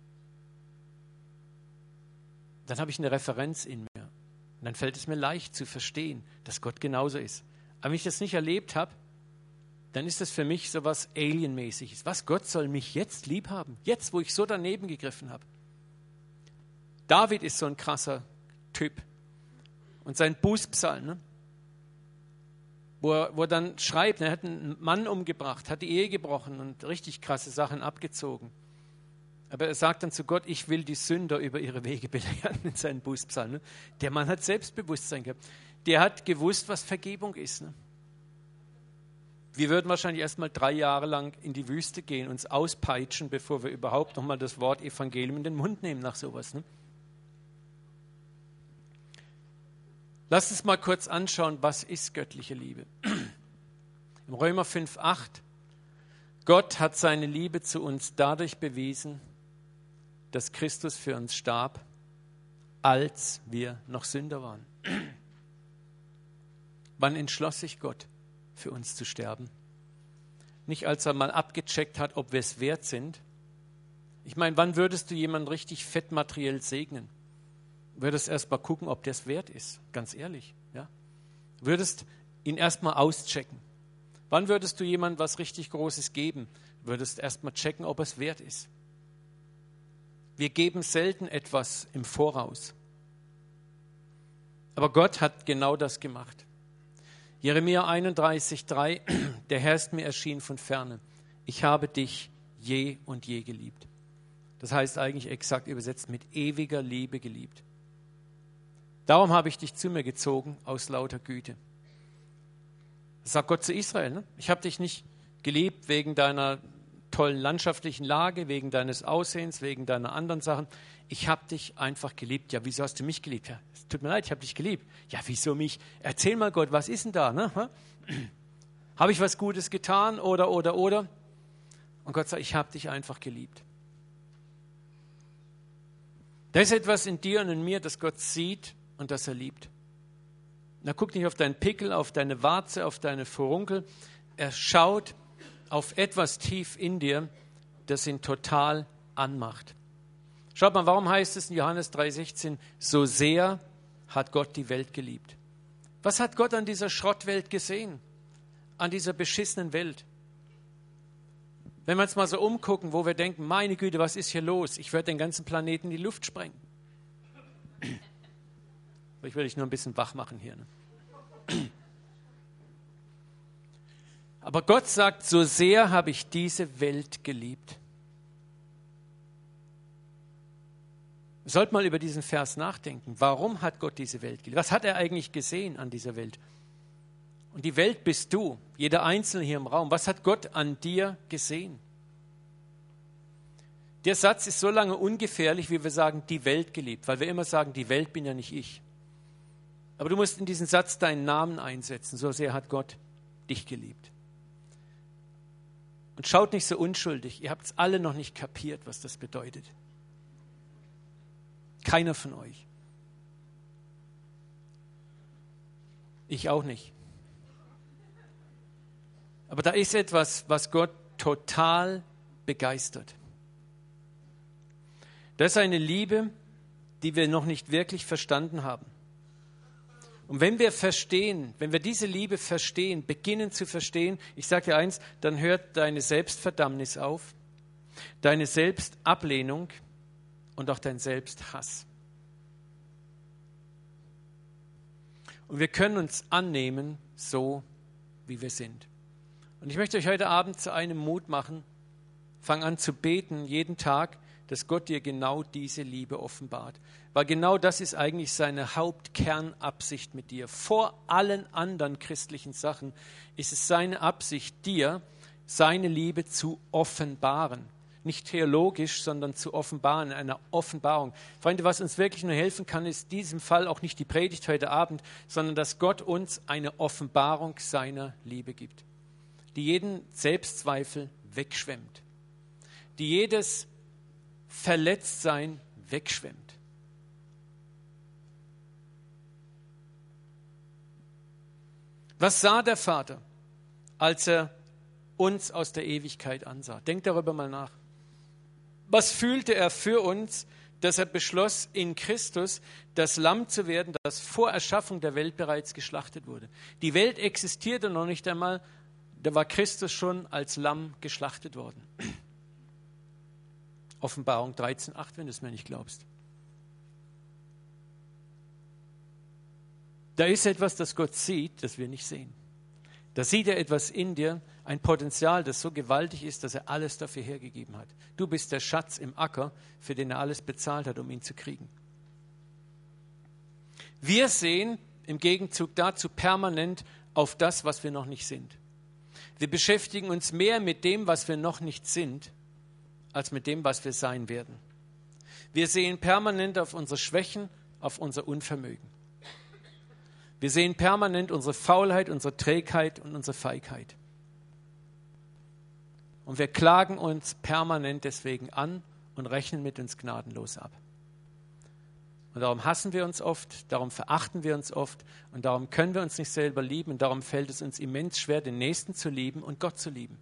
Dann habe ich eine Referenz in mir. Und dann fällt es mir leicht zu verstehen, dass Gott genauso ist. Aber wenn ich das nicht erlebt habe, dann ist das für mich so was Alienmäßiges. Was, Gott soll mich jetzt lieb haben? Jetzt, wo ich so daneben gegriffen habe. David ist so ein krasser Typ. Und sein Bußpsalm, ne? wo er dann schreibt, er hat einen Mann umgebracht, hat die Ehe gebrochen und richtig krasse Sachen abgezogen. Aber er sagt dann zu Gott, ich will die Sünder über ihre Wege belehren in seinen Bußpsalm. Ne? Der Mann hat Selbstbewusstsein gehabt. Der hat gewusst, was Vergebung ist. Ne? Wir würden wahrscheinlich erst mal 3 Jahre lang in die Wüste gehen, uns auspeitschen, bevor wir überhaupt noch mal das Wort Evangelium in den Mund nehmen nach sowas. Ne? Lass uns mal kurz anschauen, was ist göttliche Liebe. Im Römer 5,8: Gott hat seine Liebe zu uns dadurch bewiesen, dass Christus für uns starb, als wir noch Sünder waren. Wann entschloss sich Gott, für uns zu sterben? Nicht, als er mal abgecheckt hat, ob wir es wert sind. Ich meine, wann würdest du jemanden richtig fett materiell segnen? Würdest erst mal gucken, ob der es wert ist, ganz ehrlich. Ja? Würdest ihn erst mal auschecken. Wann würdest du jemandem was richtig Großes geben? Würdest erst mal checken, ob es wert ist. Wir geben selten etwas im Voraus. Aber Gott hat genau das gemacht. Jeremia 31,3: Der Herr ist mir erschienen von ferne. Ich habe dich je und je geliebt. Das heißt eigentlich exakt übersetzt mit ewiger Liebe geliebt. Darum habe ich dich zu mir gezogen aus lauter Güte. Das sagt Gott zu Israel. Ne? Ich habe dich nicht geliebt wegen deiner tollen landschaftlichen Lage, wegen deines Aussehens, wegen deiner anderen Sachen. Ich habe dich einfach geliebt. Ja, wieso hast du mich geliebt? Ja, es tut mir leid, ich habe dich geliebt. Ja, wieso mich? Erzähl mal Gott, was ist denn da? Ne? Habe ich was Gutes getan oder? Und Gott sagt, ich habe dich einfach geliebt. Da ist etwas in dir und in mir, das Gott sieht und das er liebt. Er guckt nicht auf deinen Pickel, auf deine Warze, auf deine Furunkel. Er schaut auf etwas tief in dir, das ihn total anmacht. Schaut mal, warum heißt es in Johannes 3,16, so sehr hat Gott die Welt geliebt. Was hat Gott an dieser Schrottwelt gesehen? An dieser beschissenen Welt? Wenn wir uns mal so umgucken, wo wir denken, meine Güte, was ist hier los? Ich werde den ganzen Planeten in die Luft sprengen. Ich will dich nur ein bisschen wach machen hier. Ne? Aber Gott sagt, so sehr habe ich diese Welt geliebt. Wir sollten mal über diesen Vers nachdenken. Warum hat Gott diese Welt geliebt? Was hat er eigentlich gesehen an dieser Welt? Und die Welt bist du, jeder Einzelne hier im Raum. Was hat Gott an dir gesehen? Der Satz ist so lange ungefährlich, wie wir sagen, die Welt geliebt, weil wir immer sagen, die Welt bin ja nicht ich. Aber du musst in diesen Satz deinen Namen einsetzen. So sehr hat Gott dich geliebt. Und schaut nicht so unschuldig. Ihr habt es alle noch nicht kapiert, was das bedeutet. Keiner von euch. Ich auch nicht. Aber da ist etwas, was Gott total begeistert. Das ist eine Liebe, die wir noch nicht wirklich verstanden haben. Und wenn wir verstehen, wenn wir diese Liebe verstehen, beginnen zu verstehen, ich sage dir eins, dann hört deine Selbstverdammnis auf, deine Selbstablehnung und auch dein Selbsthass. Und wir können uns annehmen, so wie wir sind. Und ich möchte euch heute Abend zu einem Mut machen, fang an zu beten jeden Tag, dass Gott dir genau diese Liebe offenbart. Weil genau das ist eigentlich seine Hauptkernabsicht mit dir. Vor allen anderen christlichen Sachen ist es seine Absicht, dir seine Liebe zu offenbaren. Nicht theologisch, sondern zu offenbaren, einer Offenbarung. Freunde, was uns wirklich nur helfen kann, ist in diesem Fall auch nicht die Predigt heute Abend, sondern dass Gott uns eine Offenbarung seiner Liebe gibt, die jeden Selbstzweifel wegschwemmt, die jedes Verletztsein wegschwemmt. Was sah der Vater, als er uns aus der Ewigkeit ansah. Denkt darüber mal nach. Was fühlte er für uns, dass er beschloss, in Christus das Lamm zu werden, das vor Erschaffung der Welt bereits geschlachtet wurde? Die Welt existierte noch nicht einmal, da war Christus schon als Lamm geschlachtet worden. Offenbarung 13,8, wenn du es mir nicht glaubst. Da ist etwas, das Gott sieht, das wir nicht sehen. Da sieht er etwas in dir, ein Potenzial, das so gewaltig ist, dass er alles dafür hergegeben hat. Du bist der Schatz im Acker, für den er alles bezahlt hat, um ihn zu kriegen. Wir sehen im Gegenzug dazu permanent auf das, was wir noch nicht sind. Wir beschäftigen uns mehr mit dem, was wir noch nicht sind, als mit dem, was wir sein werden. Wir sehen permanent auf unsere Schwächen, auf unser Unvermögen. Wir sehen permanent unsere Faulheit, unsere Trägheit und unsere Feigheit. Und wir klagen uns permanent deswegen an und rechnen mit uns gnadenlos ab. Und darum hassen wir uns oft, darum verachten wir uns oft und darum können wir uns nicht selber lieben und darum fällt es uns immens schwer, den Nächsten zu lieben und Gott zu lieben.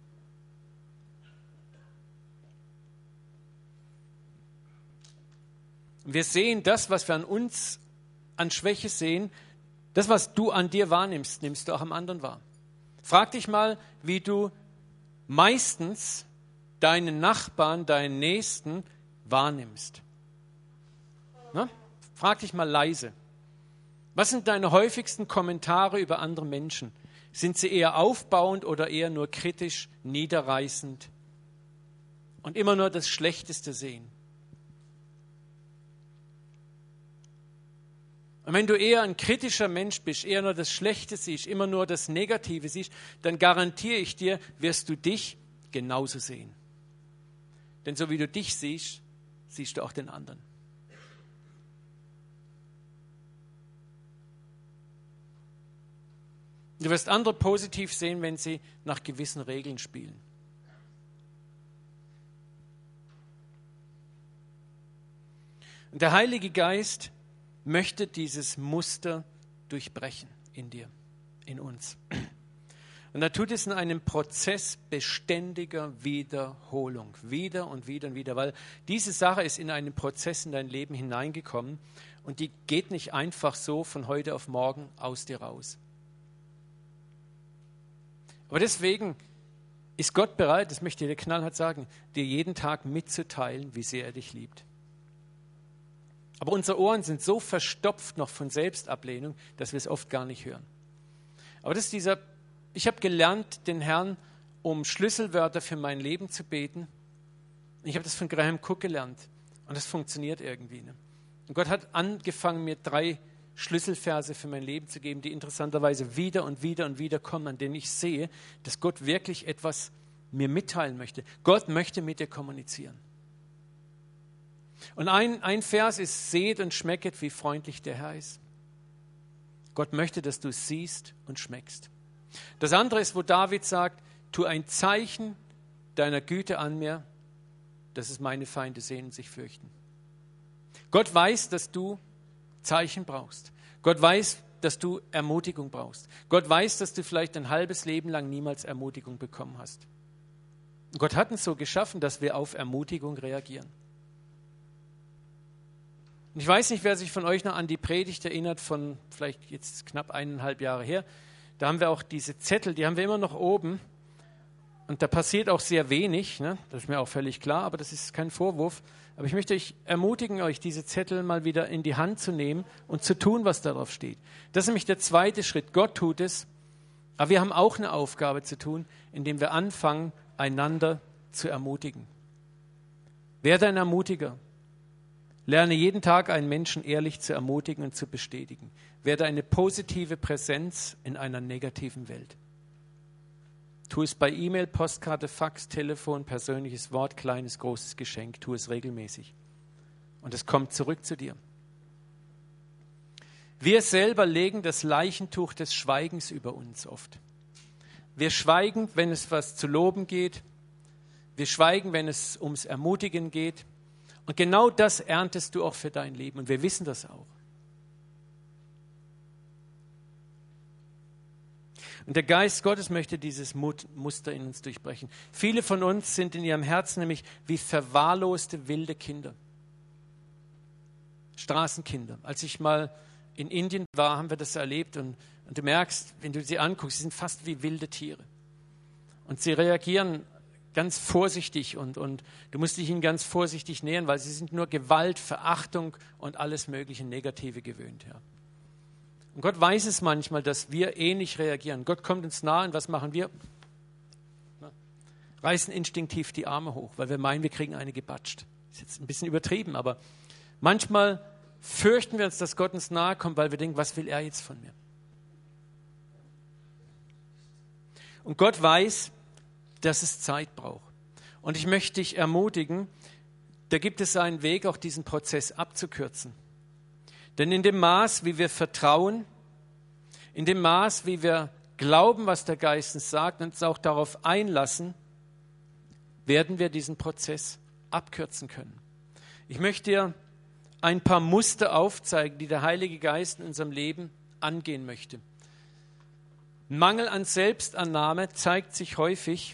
Und wir sehen das, was wir an uns an Schwäche sehen, das, was du an dir wahrnimmst, nimmst du auch am anderen wahr. Frag dich mal, wie du meistens deinen Nachbarn, deinen Nächsten wahrnimmst. Na? Frag dich mal leise. Was sind deine häufigsten Kommentare über andere Menschen? Sind sie eher aufbauend oder eher nur kritisch, niederreißend und immer nur das Schlechteste sehen? Und wenn du eher ein kritischer Mensch bist, eher nur das Schlechte siehst, immer nur das Negative siehst, dann garantiere ich dir, wirst du dich genauso sehen. Denn so wie du dich siehst, siehst du auch den anderen. Du wirst andere positiv sehen, wenn sie nach gewissen Regeln spielen. Und der Heilige Geist möchte dieses Muster durchbrechen in dir, in uns. Und er tut es in einem Prozess beständiger Wiederholung, wieder und wieder und wieder, weil diese Sache ist in einen Prozess in dein Leben hineingekommen und die geht nicht einfach so von heute auf morgen aus dir raus. Aber deswegen ist Gott bereit, das möchte ich dir knallhart sagen, dir jeden Tag mitzuteilen, wie sehr er dich liebt. Aber unsere Ohren sind so verstopft noch von Selbstablehnung, dass wir es oft gar nicht hören. Aber das ist ich habe gelernt, den Herrn um Schlüsselwörter für mein Leben zu beten. Ich habe das von Graham Cook gelernt und das funktioniert irgendwie. Ne? Und Gott hat angefangen, mir 3 Schlüsselverse für mein Leben zu geben, die interessanterweise wieder und wieder und wieder kommen, an denen ich sehe, dass Gott wirklich etwas mir mitteilen möchte. Gott möchte mit dir kommunizieren. Und ein Vers ist, seht und schmecket, wie freundlich der Herr ist. Gott möchte, dass du es siehst und schmeckst. Das andere ist, wo David sagt, tu ein Zeichen deiner Güte an mir, dass es meine Feinde sehen und sich fürchten. Gott weiß, dass du Zeichen brauchst. Gott weiß, dass du Ermutigung brauchst. Gott weiß, dass du vielleicht ein halbes Leben lang niemals Ermutigung bekommen hast. Gott hat uns so geschaffen, dass wir auf Ermutigung reagieren. Und ich weiß nicht, wer sich von euch noch an die Predigt erinnert von vielleicht jetzt knapp 1,5 Jahre her. Da haben wir auch diese Zettel, die haben wir immer noch oben. Und da passiert auch sehr wenig, ne? Das ist mir auch völlig klar, aber das ist kein Vorwurf. Aber ich möchte euch ermutigen, euch diese Zettel mal wieder in die Hand zu nehmen und zu tun, was darauf steht. Das ist nämlich der zweite Schritt. Gott tut es, aber wir haben auch eine Aufgabe zu tun, indem wir anfangen, einander zu ermutigen. Werde ein Ermutiger. Lerne jeden Tag einen Menschen ehrlich zu ermutigen und zu bestätigen. Werde eine positive Präsenz in einer negativen Welt. Tu es bei E-Mail, Postkarte, Fax, Telefon, persönliches Wort, kleines, großes Geschenk. Tu es regelmäßig. Und es kommt zurück zu dir. Wir selber legen das Leichentuch des Schweigens über uns oft. Wir schweigen, wenn es was zu loben geht. Wir schweigen, wenn es ums Ermutigen geht. Und genau das erntest du auch für dein Leben. Und wir wissen das auch. Und der Geist Gottes möchte dieses Muster in uns durchbrechen. Viele von uns sind in ihrem Herzen nämlich wie verwahrloste wilde Kinder. Straßenkinder. Als ich mal in Indien war, haben wir das erlebt und du merkst, wenn du sie anguckst, sie sind fast wie wilde Tiere. Und sie reagieren ganz vorsichtig und du musst dich ihnen ganz vorsichtig nähern, weil sie sind nur Gewalt, Verachtung und alles mögliche Negative gewöhnt. Ja. Und Gott weiß es manchmal, dass wir ähnlich reagieren. Gott kommt uns nahe und was machen wir? Reißen instinktiv die Arme hoch, weil wir meinen, wir kriegen eine gebatscht. Ist jetzt ein bisschen übertrieben, aber manchmal fürchten wir uns, dass Gott uns nahe kommt, weil wir denken, was will er jetzt von mir? Und Gott weiß, dass es Zeit braucht. Und ich möchte dich ermutigen, da gibt es einen Weg, auch diesen Prozess abzukürzen. Denn in dem Maß, wie wir vertrauen, in dem Maß, wie wir glauben, was der Geist uns sagt und uns auch darauf einlassen, werden wir diesen Prozess abkürzen können. Ich möchte dir ein paar Muster aufzeigen, die der Heilige Geist in unserem Leben angehen möchte. Mangel an Selbstannahme zeigt sich häufig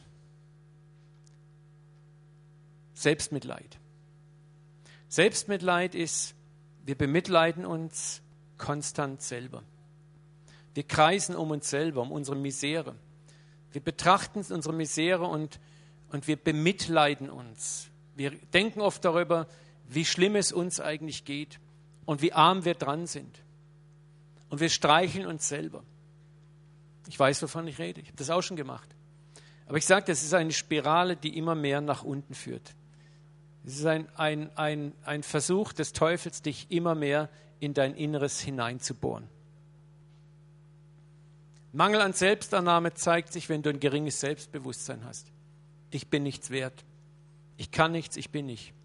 Selbstmitleid. Selbstmitleid ist, wir bemitleiden uns konstant selber. Wir kreisen um uns selber, um unsere Misere. Wir betrachten unsere Misere und wir bemitleiden uns. Wir denken oft darüber, wie schlimm es uns eigentlich geht und wie arm wir dran sind. Und wir streicheln uns selber. Ich weiß, wovon ich rede. Ich habe das auch schon gemacht. Aber ich sage, das ist eine Spirale, die immer mehr nach unten führt. Es ist ein Versuch des Teufels, dich immer mehr in dein Inneres hineinzubohren. Mangel an Selbstannahme zeigt sich, wenn du ein geringes Selbstbewusstsein hast. Ich bin nichts wert. Ich kann nichts, ich bin nicht.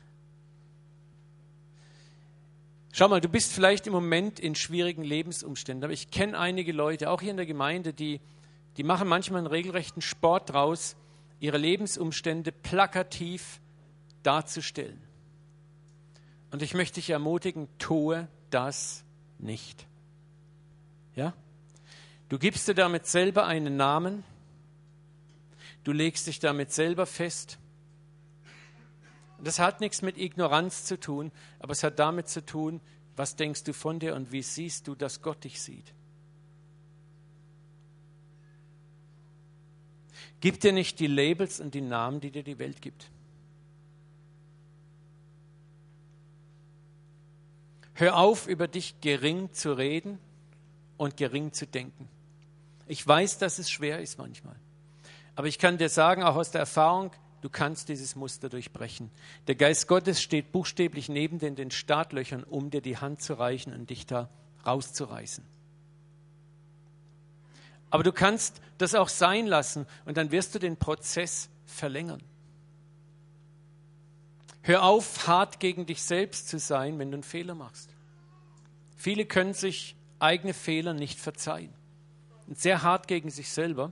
Schau mal, du bist vielleicht im Moment in schwierigen Lebensumständen, aber ich kenne einige Leute, auch hier in der Gemeinde, die machen manchmal einen regelrechten Sport draus, ihre Lebensumstände plakativ darzustellen. Und ich möchte dich ermutigen, tue das nicht. Ja? Du gibst dir damit selber einen Namen, du legst dich damit selber fest. Und das hat nichts mit Ignoranz zu tun, aber es hat damit zu tun, was denkst du von dir und wie siehst du, dass Gott dich sieht. Gib dir nicht die Labels und die Namen, die dir die Welt gibt. Hör auf, über dich gering zu reden und gering zu denken. Ich weiß, dass es schwer ist manchmal. Aber ich kann dir sagen, auch aus der Erfahrung, du kannst dieses Muster durchbrechen. Der Geist Gottes steht buchstäblich neben den Startlöchern, um dir die Hand zu reichen und dich da rauszureißen. Aber du kannst das auch sein lassen und dann wirst du den Prozess verlängern. Hör auf, hart gegen dich selbst zu sein, wenn du einen Fehler machst. Viele können sich eigene Fehler nicht verzeihen. Und sehr hart gegen sich selber,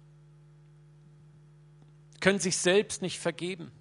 können sich selbst nicht vergeben.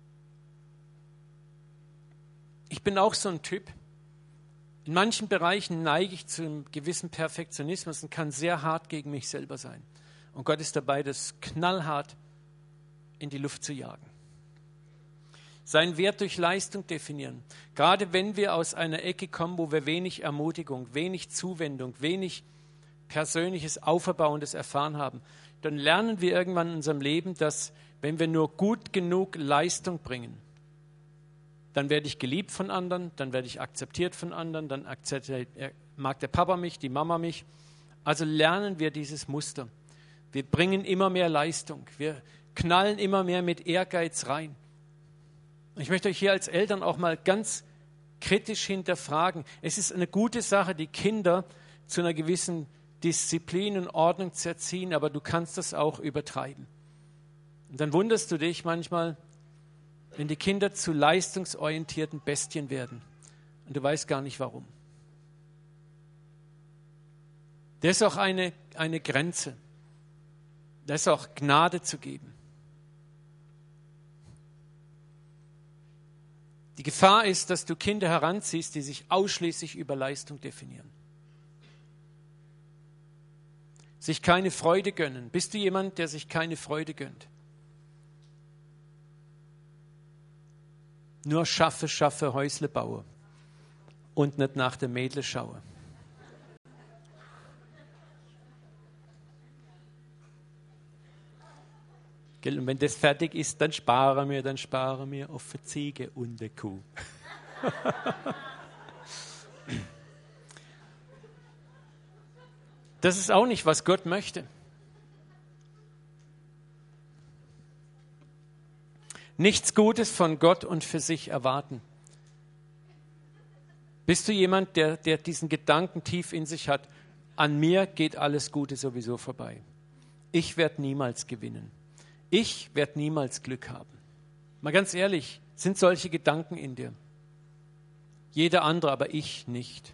Ich bin auch so ein Typ. In manchen Bereichen neige ich zu einem gewissen Perfektionismus und kann sehr hart gegen mich selber sein. Und Gott ist dabei, das knallhart in die Luft zu jagen. Seinen Wert durch Leistung definieren. Gerade wenn wir aus einer Ecke kommen, wo wir wenig Ermutigung, wenig Zuwendung, wenig persönliches Auferbauendes erfahren haben, dann lernen wir irgendwann in unserem Leben, dass wenn wir nur gut genug Leistung bringen, dann werde ich geliebt von anderen, dann werde ich akzeptiert von anderen, dann mag der Papa mich, die Mama mich. Also lernen wir dieses Muster. Wir bringen immer mehr Leistung, wir knallen immer mehr mit Ehrgeiz rein. Und ich möchte euch hier als Eltern auch mal ganz kritisch hinterfragen. Es ist eine gute Sache, die Kinder zu einer gewissen Disziplin und Ordnung zu erziehen, aber du kannst das auch übertreiben. Und dann wunderst du dich manchmal, wenn die Kinder zu leistungsorientierten Bestien werden und du weißt gar nicht warum. Da ist auch eine Grenze. Da ist auch Gnade zu geben. Die Gefahr ist, dass du Kinder heranziehst, die sich ausschließlich über Leistung definieren. Sich keine Freude gönnen. Bist du jemand, der sich keine Freude gönnt? Nur schaffe, Häusle baue und nicht nach der Mädle schaue. Und wenn das fertig ist, dann spare mir auf eine Ziege und eine Kuh. Das ist auch nicht, was Gott möchte. Nichts Gutes von Gott und für sich erwarten. Bist du jemand, der diesen Gedanken tief in sich hat, an mir geht alles Gute sowieso vorbei. Ich werde niemals gewinnen. Ich werde niemals Glück haben. Mal ganz ehrlich, sind solche Gedanken in dir? Jeder andere, aber ich nicht.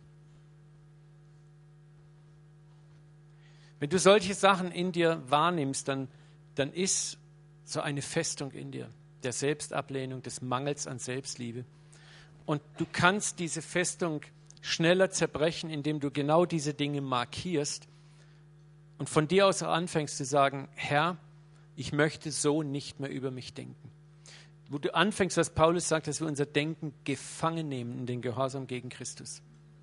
Wenn du solche Sachen in dir wahrnimmst, dann ist so eine Festung in dir, der Selbstablehnung, des Mangels an Selbstliebe. Und du kannst diese Festung schneller zerbrechen, indem du genau diese Dinge markierst und von dir aus anfängst zu sagen, Herr, ich möchte so nicht mehr über mich denken. Wo du anfängst, was Paulus sagt, dass wir unser Denken gefangen nehmen in den Gehorsam gegen Christus.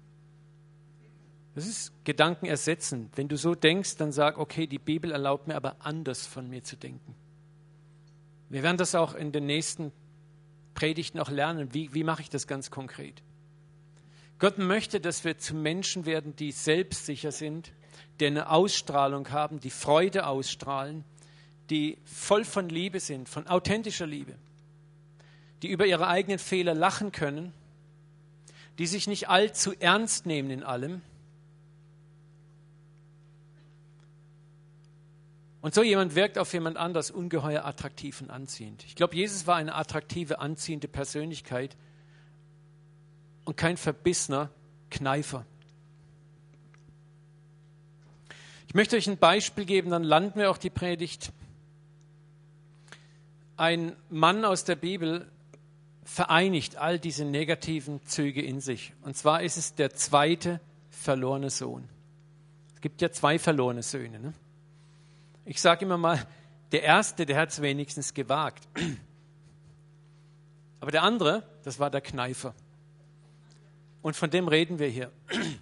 Das ist Gedanken ersetzen. Wenn du so denkst, dann sag, okay, die Bibel erlaubt mir aber anders von mir zu denken. Wir werden das auch in den nächsten Predigten auch lernen. Wie mache ich das ganz konkret? Gott möchte, dass wir zu Menschen werden, die selbstsicher sind, die eine Ausstrahlung haben, die Freude ausstrahlen, die voll von Liebe sind, von authentischer Liebe, die über ihre eigenen Fehler lachen können, die sich nicht allzu ernst nehmen in allem. Und so jemand wirkt auf jemand anders ungeheuer attraktiv und anziehend. Ich glaube, Jesus war eine attraktive, anziehende Persönlichkeit und kein verbissener Kneifer. Ich möchte euch ein Beispiel geben, dann landen wir auch die Predigt. Ein Mann aus der Bibel vereinigt all diese negativen Züge in sich. Und zwar ist es der zweite verlorene Sohn. Es gibt ja 2 verlorene Söhne, ne? Ich sage immer mal, der erste, der hat es wenigstens gewagt. Aber der andere, das war der Kneifer. Und von dem reden wir hier.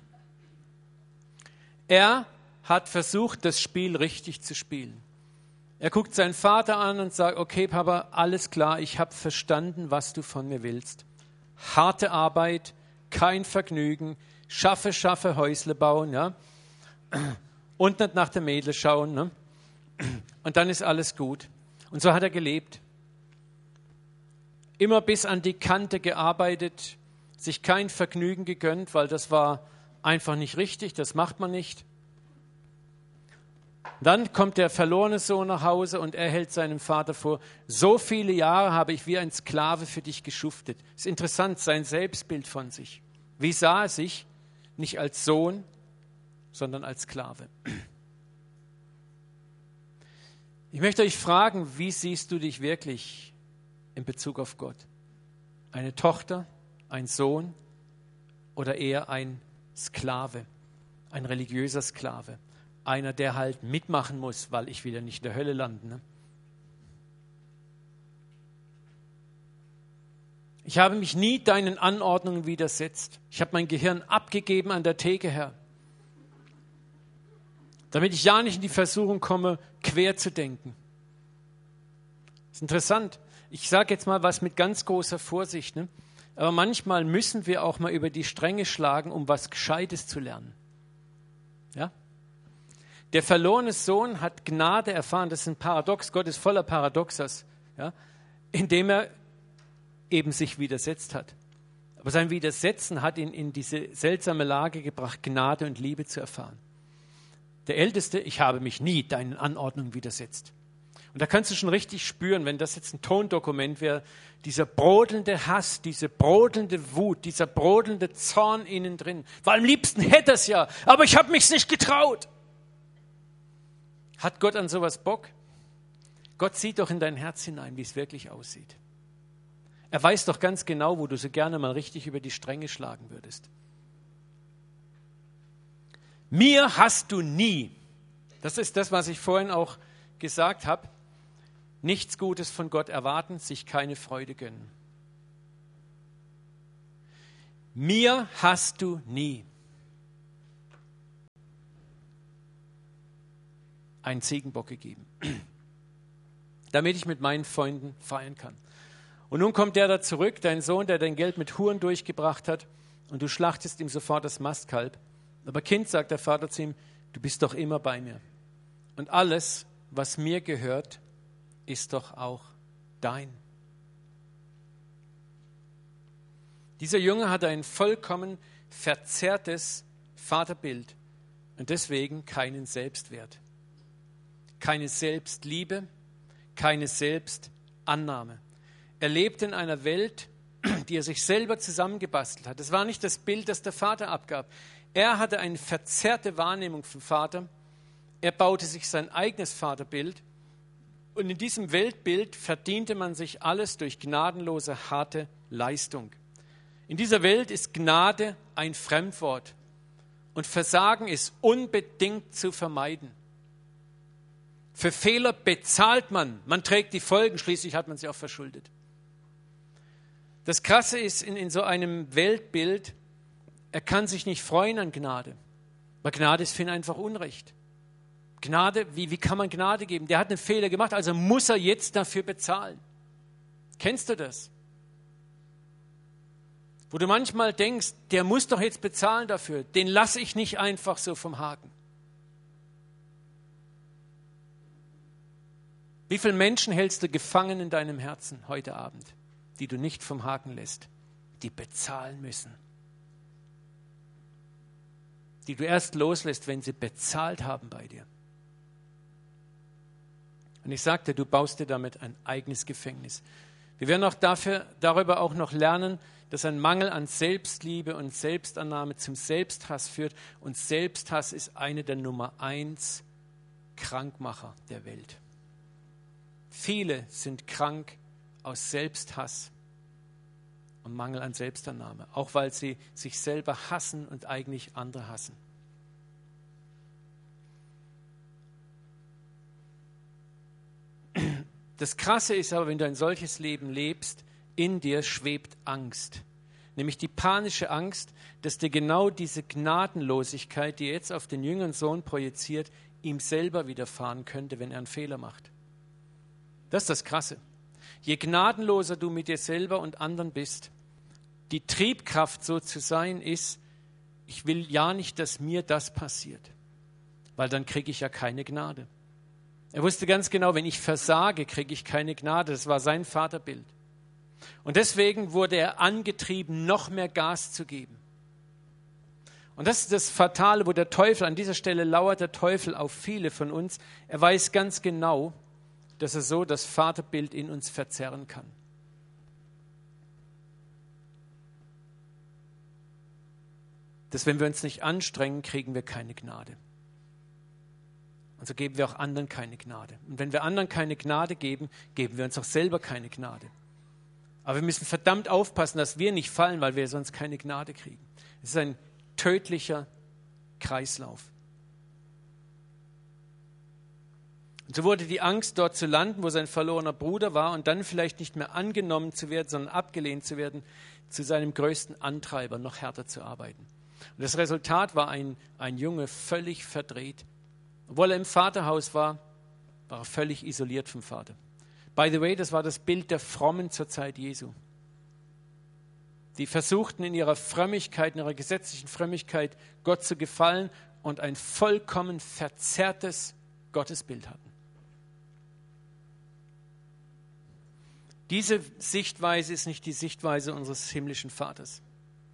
Er hat versucht, das Spiel richtig zu spielen. Er guckt seinen Vater an und sagt, okay Papa, alles klar, ich habe verstanden, was du von mir willst. Harte Arbeit, kein Vergnügen, schaffe, Häusle bauen, ja. Und nicht nach der Mädle schauen, ne? Und dann ist alles gut. Und so hat er gelebt. Immer bis an die Kante gearbeitet, sich kein Vergnügen gegönnt, weil das war einfach nicht richtig, das macht man nicht. Dann kommt der verlorene Sohn nach Hause und er hält seinem Vater vor, so viele Jahre habe ich wie ein Sklave für dich geschuftet. Ist interessant, sein Selbstbild von sich. Wie sah er sich? Nicht als Sohn, sondern als Sklave. Ich möchte euch fragen, wie siehst du dich wirklich in Bezug auf Gott? Eine Tochter, ein Sohn oder eher ein Sklave, ein religiöser Sklave? Einer, der halt mitmachen muss, weil ich wieder nicht in der Hölle lande. Ne? Ich habe mich nie deinen Anordnungen widersetzt. Ich habe mein Gehirn abgegeben an der Theke, Herr. Damit ich ja nicht in die Versuchung komme, quer zu denken. Das ist interessant. Ich sage jetzt mal was mit ganz großer Vorsicht. Ne? Aber manchmal müssen wir auch mal über die Stränge schlagen, um was Gescheites zu lernen. Ja? Der verlorene Sohn hat Gnade erfahren. Das ist ein Paradox. Gott ist voller Paradoxas. Ja? Indem er eben sich widersetzt hat. Aber sein Widersetzen hat ihn in diese seltsame Lage gebracht, Gnade und Liebe zu erfahren. Der Älteste, ich habe mich nie deinen Anordnungen widersetzt. Und da kannst du schon richtig spüren, wenn das jetzt ein Tondokument wäre, dieser brodelnde Hass, diese brodelnde Wut, dieser brodelnde Zorn innen drin. Weil am liebsten hätte er es ja, aber ich habe mich's nicht getraut. Hat Gott an sowas Bock? Gott sieht doch in dein Herz hinein, wie es wirklich aussieht. Er weiß doch ganz genau, wo du so gerne mal richtig über die Stränge schlagen würdest. Mir hast du nie Das ist das, was ich vorhin auch gesagt habe. Nichts Gutes von Gott erwarten, sich keine Freude gönnen. Mir hast du nie einen Ziegenbock gegeben, damit ich mit meinen Freunden feiern kann. Und nun kommt der da zurück, dein Sohn, der dein Geld mit Huren durchgebracht hat, und du schlachtest ihm sofort das Mastkalb. Aber Kind, sagt der Vater zu ihm, du bist doch immer bei mir. Und alles, was mir gehört, ist doch auch dein. Dieser Junge hatte ein vollkommen verzerrtes Vaterbild und deswegen keinen Selbstwert, keine Selbstliebe, keine Selbstannahme. Er lebte in einer Welt, die er sich selber zusammengebastelt hat. Das war nicht das Bild, das der Vater abgab. Er hatte eine verzerrte Wahrnehmung vom Vater. Er baute sich sein eigenes Vaterbild. Und in diesem Weltbild verdiente man sich alles durch gnadenlose, harte Leistung. In dieser Welt ist Gnade ein Fremdwort. Und Versagen ist unbedingt zu vermeiden. Für Fehler bezahlt man. Man trägt die Folgen, schließlich hat man sie auch verschuldet. Das Krasse ist in so einem Weltbild, er kann sich nicht freuen an Gnade. Weil Gnade ist für ihn einfach Unrecht. Gnade, wie kann man Gnade geben? Der hat einen Fehler gemacht, also muss er jetzt dafür bezahlen. Kennst du das? Wo du manchmal denkst, der muss doch jetzt bezahlen dafür, den lasse ich nicht einfach so vom Haken. Wie viele Menschen hältst du gefangen in deinem Herzen heute Abend, die du nicht vom Haken lässt, die bezahlen müssen? Die du erst loslässt, wenn sie bezahlt haben bei dir. Und ich sagte, du baust dir damit ein eigenes Gefängnis. Wir werden auch darüber auch noch lernen, dass ein Mangel an Selbstliebe und Selbstannahme zum Selbsthass führt. Und Selbsthass ist eine der Nummer 1 Krankmacher der Welt. Viele sind krank aus Selbsthass und Mangel an Selbstannahme, auch weil sie sich selber hassen und eigentlich andere hassen. Das Krasse ist aber, wenn du ein solches Leben lebst, in dir schwebt Angst. Nämlich die panische Angst, dass dir genau diese Gnadenlosigkeit, die jetzt auf den jüngeren Sohn projiziert, ihm selber widerfahren könnte, wenn er einen Fehler macht. Das ist das Krasse. Je gnadenloser du mit dir selber und anderen bist, die Triebkraft so zu sein ist, ich will ja nicht, dass mir das passiert, weil dann kriege ich ja keine Gnade. Er wusste ganz genau, wenn ich versage, kriege ich keine Gnade. Das war sein Vaterbild. Und deswegen wurde er angetrieben, noch mehr Gas zu geben. Und das ist das Fatale, wo der Teufel, an dieser Stelle lauert der Teufel auf viele von uns. Er weiß ganz genau, dass er so das Vaterbild in uns verzerren kann. Dass wenn wir uns nicht anstrengen, kriegen wir keine Gnade. Und so geben wir auch anderen keine Gnade. Und wenn wir anderen keine Gnade geben, geben wir uns auch selber keine Gnade. Aber wir müssen verdammt aufpassen, dass wir nicht fallen, weil wir sonst keine Gnade kriegen. Es ist ein tödlicher Kreislauf. Und so wurde die Angst, dort zu landen, wo sein verlorener Bruder war und dann vielleicht nicht mehr angenommen zu werden, sondern abgelehnt zu werden, zu seinem größten Antreiber, noch härter zu arbeiten. Und das Resultat war ein Junge völlig verdreht. Obwohl er im Vaterhaus war, war er völlig isoliert vom Vater. By the way, das war das Bild der Frommen zur Zeit Jesu. Die versuchten in ihrer Frömmigkeit, in ihrer gesetzlichen Frömmigkeit, Gott zu gefallen und ein vollkommen verzerrtes Gottesbild hatten. Diese Sichtweise ist nicht die Sichtweise unseres himmlischen Vaters.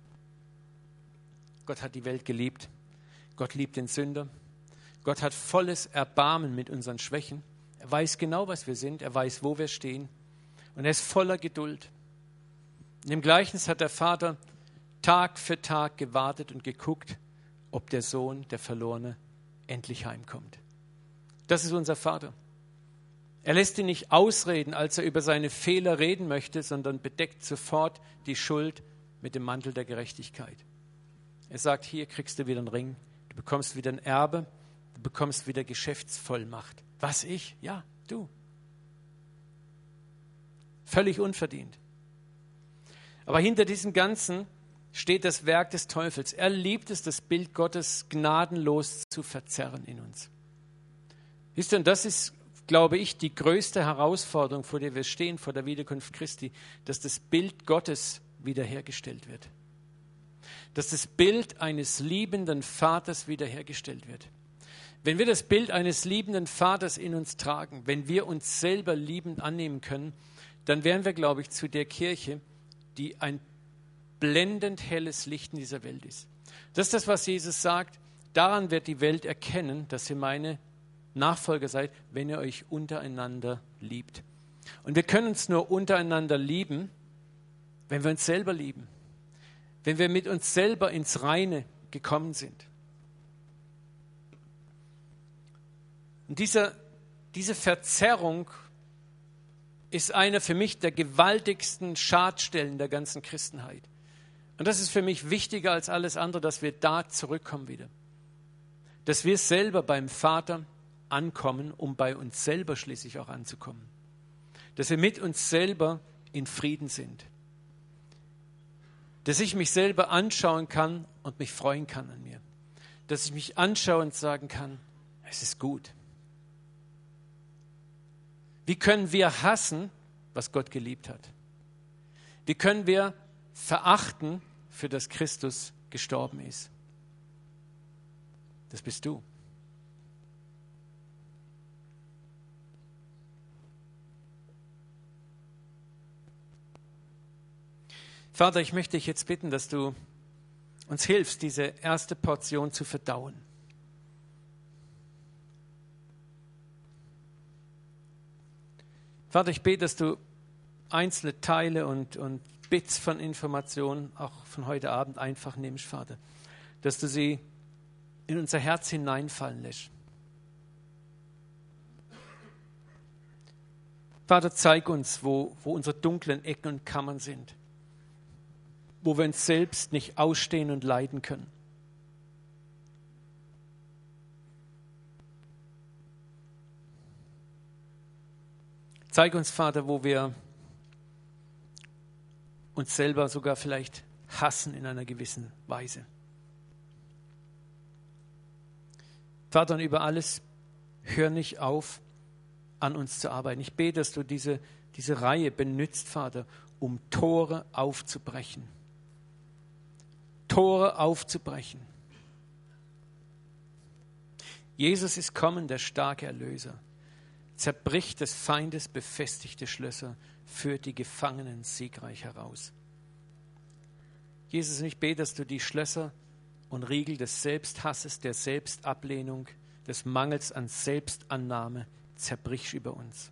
Gott hat die Welt geliebt. Gott liebt den Sünder. Gott hat volles Erbarmen mit unseren Schwächen. Er weiß genau, was wir sind. Er weiß, wo wir stehen. Und er ist voller Geduld. In dem Gleichnis hat der Vater Tag für Tag gewartet und geguckt, ob der Sohn, der Verlorene, endlich heimkommt. Das ist unser Vater. Er lässt ihn nicht ausreden, als er über seine Fehler reden möchte, sondern bedeckt sofort die Schuld mit dem Mantel der Gerechtigkeit. Er sagt, hier kriegst du wieder einen Ring, du bekommst wieder ein Erbe, Du bekommst wieder Geschäftsvollmacht. Was, ich? Ja, du. Völlig unverdient. Aber hinter diesem Ganzen steht das Werk des Teufels. Er liebt es, das Bild Gottes gnadenlos zu verzerren in uns. Wisst ihr, und das ist, glaube ich, die größte Herausforderung, vor der wir stehen, vor der Wiederkunft Christi, dass das Bild Gottes wiederhergestellt wird. Dass das Bild eines liebenden Vaters wiederhergestellt wird. Wenn wir das Bild eines liebenden Vaters in uns tragen, wenn wir uns selber liebend annehmen können, dann wären wir, glaube ich, zu der Kirche, die ein blendend helles Licht in dieser Welt ist. Das ist das, was Jesus sagt. Daran wird die Welt erkennen, dass ihr meine Nachfolger seid, wenn ihr euch untereinander liebt. Und wir können uns nur untereinander lieben, wenn wir uns selber lieben. Wenn wir mit uns selber ins Reine gekommen sind. Und diese Verzerrung ist eine für mich der gewaltigsten Schadstellen der ganzen Christenheit. Und das ist für mich wichtiger als alles andere, dass wir da zurückkommen wieder. Dass wir selber beim Vater ankommen, um bei uns selber schließlich auch anzukommen. Dass wir mit uns selber in Frieden sind. Dass ich mich selber anschauen kann und mich freuen kann an mir. Dass ich mich anschaue und sagen kann, es ist gut. Wie können wir hassen, was Gott geliebt hat? Wie können wir verachten, für das Christus gestorben ist? Das bist du. Vater, ich möchte dich jetzt bitten, dass du uns hilfst, diese erste Portion zu verdauen. Vater, ich bete, dass du einzelne Teile und Bits von Informationen, auch von heute Abend, einfach nimmst, Vater. Dass du sie in unser Herz hineinfallen lässt. Vater, zeig uns, wo unsere dunklen Ecken und Kammern sind. Wo wir uns selbst nicht ausstehen und leiden können. Zeig uns, Vater, wo wir uns selber sogar vielleicht hassen in einer gewissen Weise. Vater, und über alles, hör nicht auf, an uns zu arbeiten. Ich bete, dass du diese Reihe benutzt, Vater, um Tore aufzubrechen. Tore aufzubrechen. Jesus ist kommen, der starke Erlöser. Zerbricht des Feindes befestigte Schlösser, führt die Gefangenen siegreich heraus. Jesus, ich bete, dass du die Schlösser und Riegel des Selbsthasses, der Selbstablehnung, des Mangels an Selbstannahme zerbrichst über uns.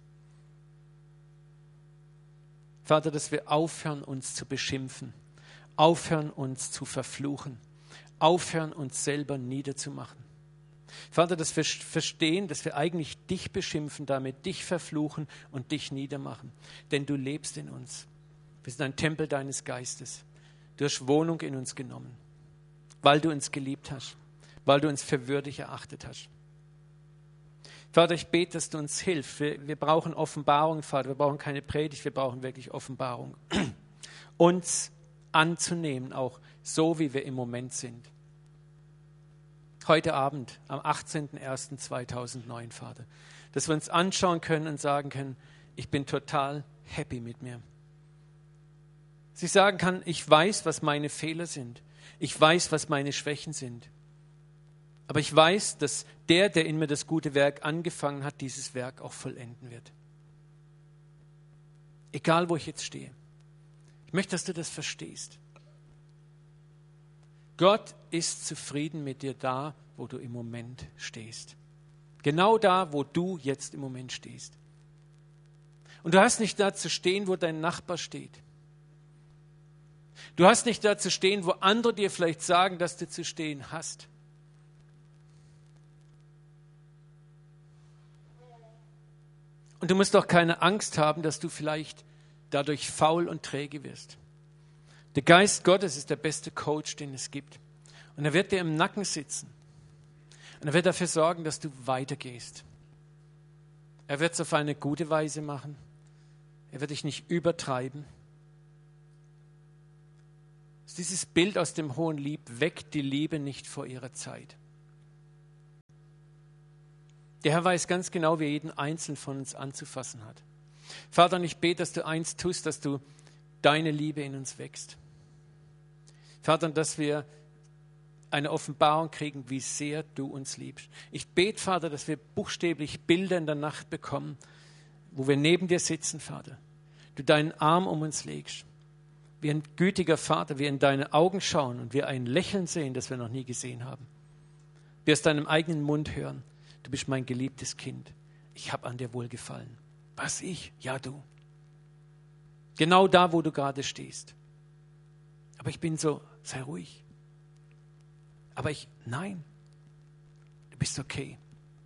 Vater, dass wir aufhören, uns zu beschimpfen, aufhören, uns zu verfluchen, aufhören, uns selber niederzumachen. Vater, dass wir verstehen, dass wir eigentlich dich beschimpfen, damit dich verfluchen und dich niedermachen. Denn du lebst in uns. Wir sind ein Tempel deines Geistes. Du hast Wohnung in uns genommen, weil du uns geliebt hast, weil du uns für würdig erachtet hast. Vater, ich bete, dass du uns hilfst. Wir brauchen Offenbarung, Vater. Wir brauchen keine Predigt, wir brauchen wirklich Offenbarung. Uns anzunehmen, auch so, wie wir im Moment sind. Heute Abend, am 18.01.2009, Vater. Dass wir uns anschauen können und sagen können, ich bin total happy mit mir. Dass ich sagen kann, ich weiß, was meine Fehler sind. Ich weiß, was meine Schwächen sind. Aber ich weiß, dass der in mir das gute Werk angefangen hat, dieses Werk auch vollenden wird. Egal, wo ich jetzt stehe. Ich möchte, dass du das verstehst. Gott ist zufrieden mit dir da, wo du im Moment stehst. Genau da, wo du jetzt im Moment stehst. Und du hast nicht da zu stehen, wo dein Nachbar steht. Du hast nicht da zu stehen, wo andere dir vielleicht sagen, dass du zu stehen hast. Und du musst doch keine Angst haben, dass du vielleicht dadurch faul und träge wirst. Der Geist Gottes ist der beste Coach, den es gibt. Und er wird dir im Nacken sitzen. Und er wird dafür sorgen, dass du weitergehst. Er wird es auf eine gute Weise machen. Er wird dich nicht übertreiben. Dieses Bild aus dem hohen Lieb weckt die Liebe nicht vor ihrer Zeit. Der Herr weiß ganz genau, wie er jeden Einzelnen von uns anzufassen hat. Vater, und ich bete, dass du eins tust, dass du deine Liebe in uns wächst. Vater, und dass wir eine Offenbarung kriegen, wie sehr du uns liebst. Ich bete, Vater, dass wir buchstäblich Bilder in der Nacht bekommen, wo wir neben dir sitzen, Vater. Du deinen Arm um uns legst. Wie ein gütiger Vater, wir in deine Augen schauen und wir ein Lächeln sehen, das wir noch nie gesehen haben. Wir aus deinem eigenen Mund hören, du bist mein geliebtes Kind. Ich habe an dir wohlgefallen. Was ich? Ja, du. Genau da, wo du gerade stehst. Aber ich bin so, sei ruhig. Aber nein, du bist okay.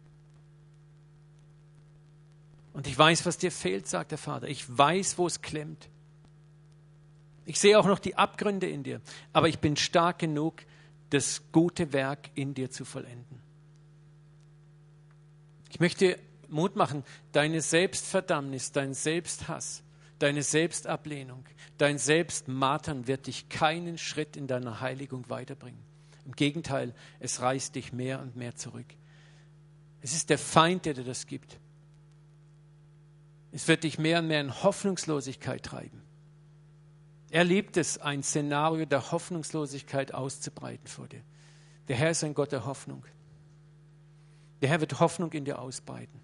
Und ich weiß, was dir fehlt, sagt der Vater. Ich weiß, wo es klemmt. Ich sehe auch noch die Abgründe in dir. Aber ich bin stark genug, das gute Werk in dir zu vollenden. Ich möchte dir Mut machen, deine Selbstverdammnis, dein Selbsthass, deine Selbstablehnung, dein Selbstmartern wird dich keinen Schritt in deiner Heiligung weiterbringen. Im Gegenteil, es reißt dich mehr und mehr zurück. Es ist der Feind, der dir das gibt. Es wird dich mehr und mehr in Hoffnungslosigkeit treiben. Er liebt es, ein Szenario der Hoffnungslosigkeit auszubreiten vor dir. Der Herr ist ein Gott der Hoffnung. Der Herr wird Hoffnung in dir ausbreiten.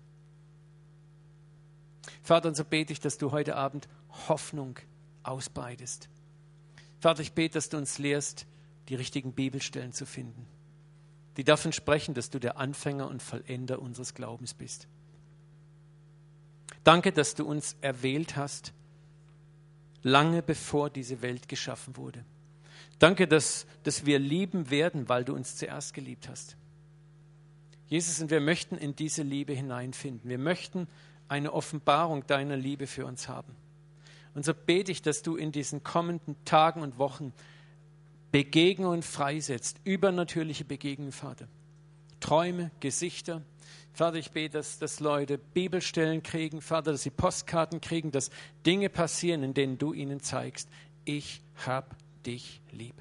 Vater, und so bete ich, dass du heute Abend Hoffnung ausbreitest. Vater, ich bete, dass du uns lehrst, die richtigen Bibelstellen zu finden, die davon sprechen, dass du der Anfänger und Vollender unseres Glaubens bist. Danke, dass du uns erwählt hast, lange bevor diese Welt geschaffen wurde. Danke, dass wir lieben werden, weil du uns zuerst geliebt hast. Jesus, und wir möchten in diese Liebe hineinfinden. Wir möchten eine Offenbarung deiner Liebe für uns haben. Und so bete ich, dass du in diesen kommenden Tagen und Wochen Begegnungen freisetzt, übernatürliche Begegnungen, Vater. Träume, Gesichter. Vater, ich bete, dass Leute Bibelstellen kriegen, Vater, dass sie Postkarten kriegen, dass Dinge passieren, in denen du ihnen zeigst, ich hab dich lieb.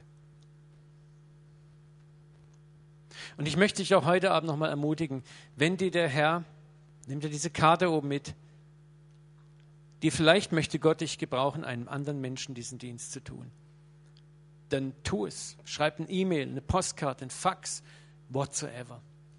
Und ich möchte dich auch heute Abend nochmal ermutigen, wenn dir der Herr, nimm dir diese Karte oben mit, die vielleicht möchte Gott dich gebrauchen, einem anderen Menschen diesen Dienst zu tun. Dann tu es. Schreib eine E-Mail, eine Postkarte, ein Fax, whatsoever.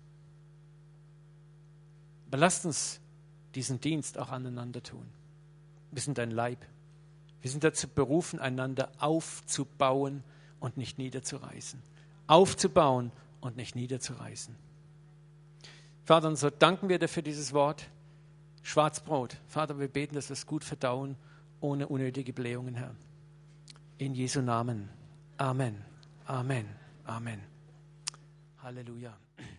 Aber lasst uns diesen Dienst auch aneinander tun. Wir sind ein Leib. Wir sind dazu berufen, einander aufzubauen und nicht niederzureißen. Aufzubauen und nicht niederzureißen. Vater, und so danken wir dir für dieses Wort. Schwarzbrot. Vater, wir beten, dass wir es gut verdauen, ohne unnötige Blähungen, Herr. In Jesu Namen. Amen. Amen. Amen. Halleluja.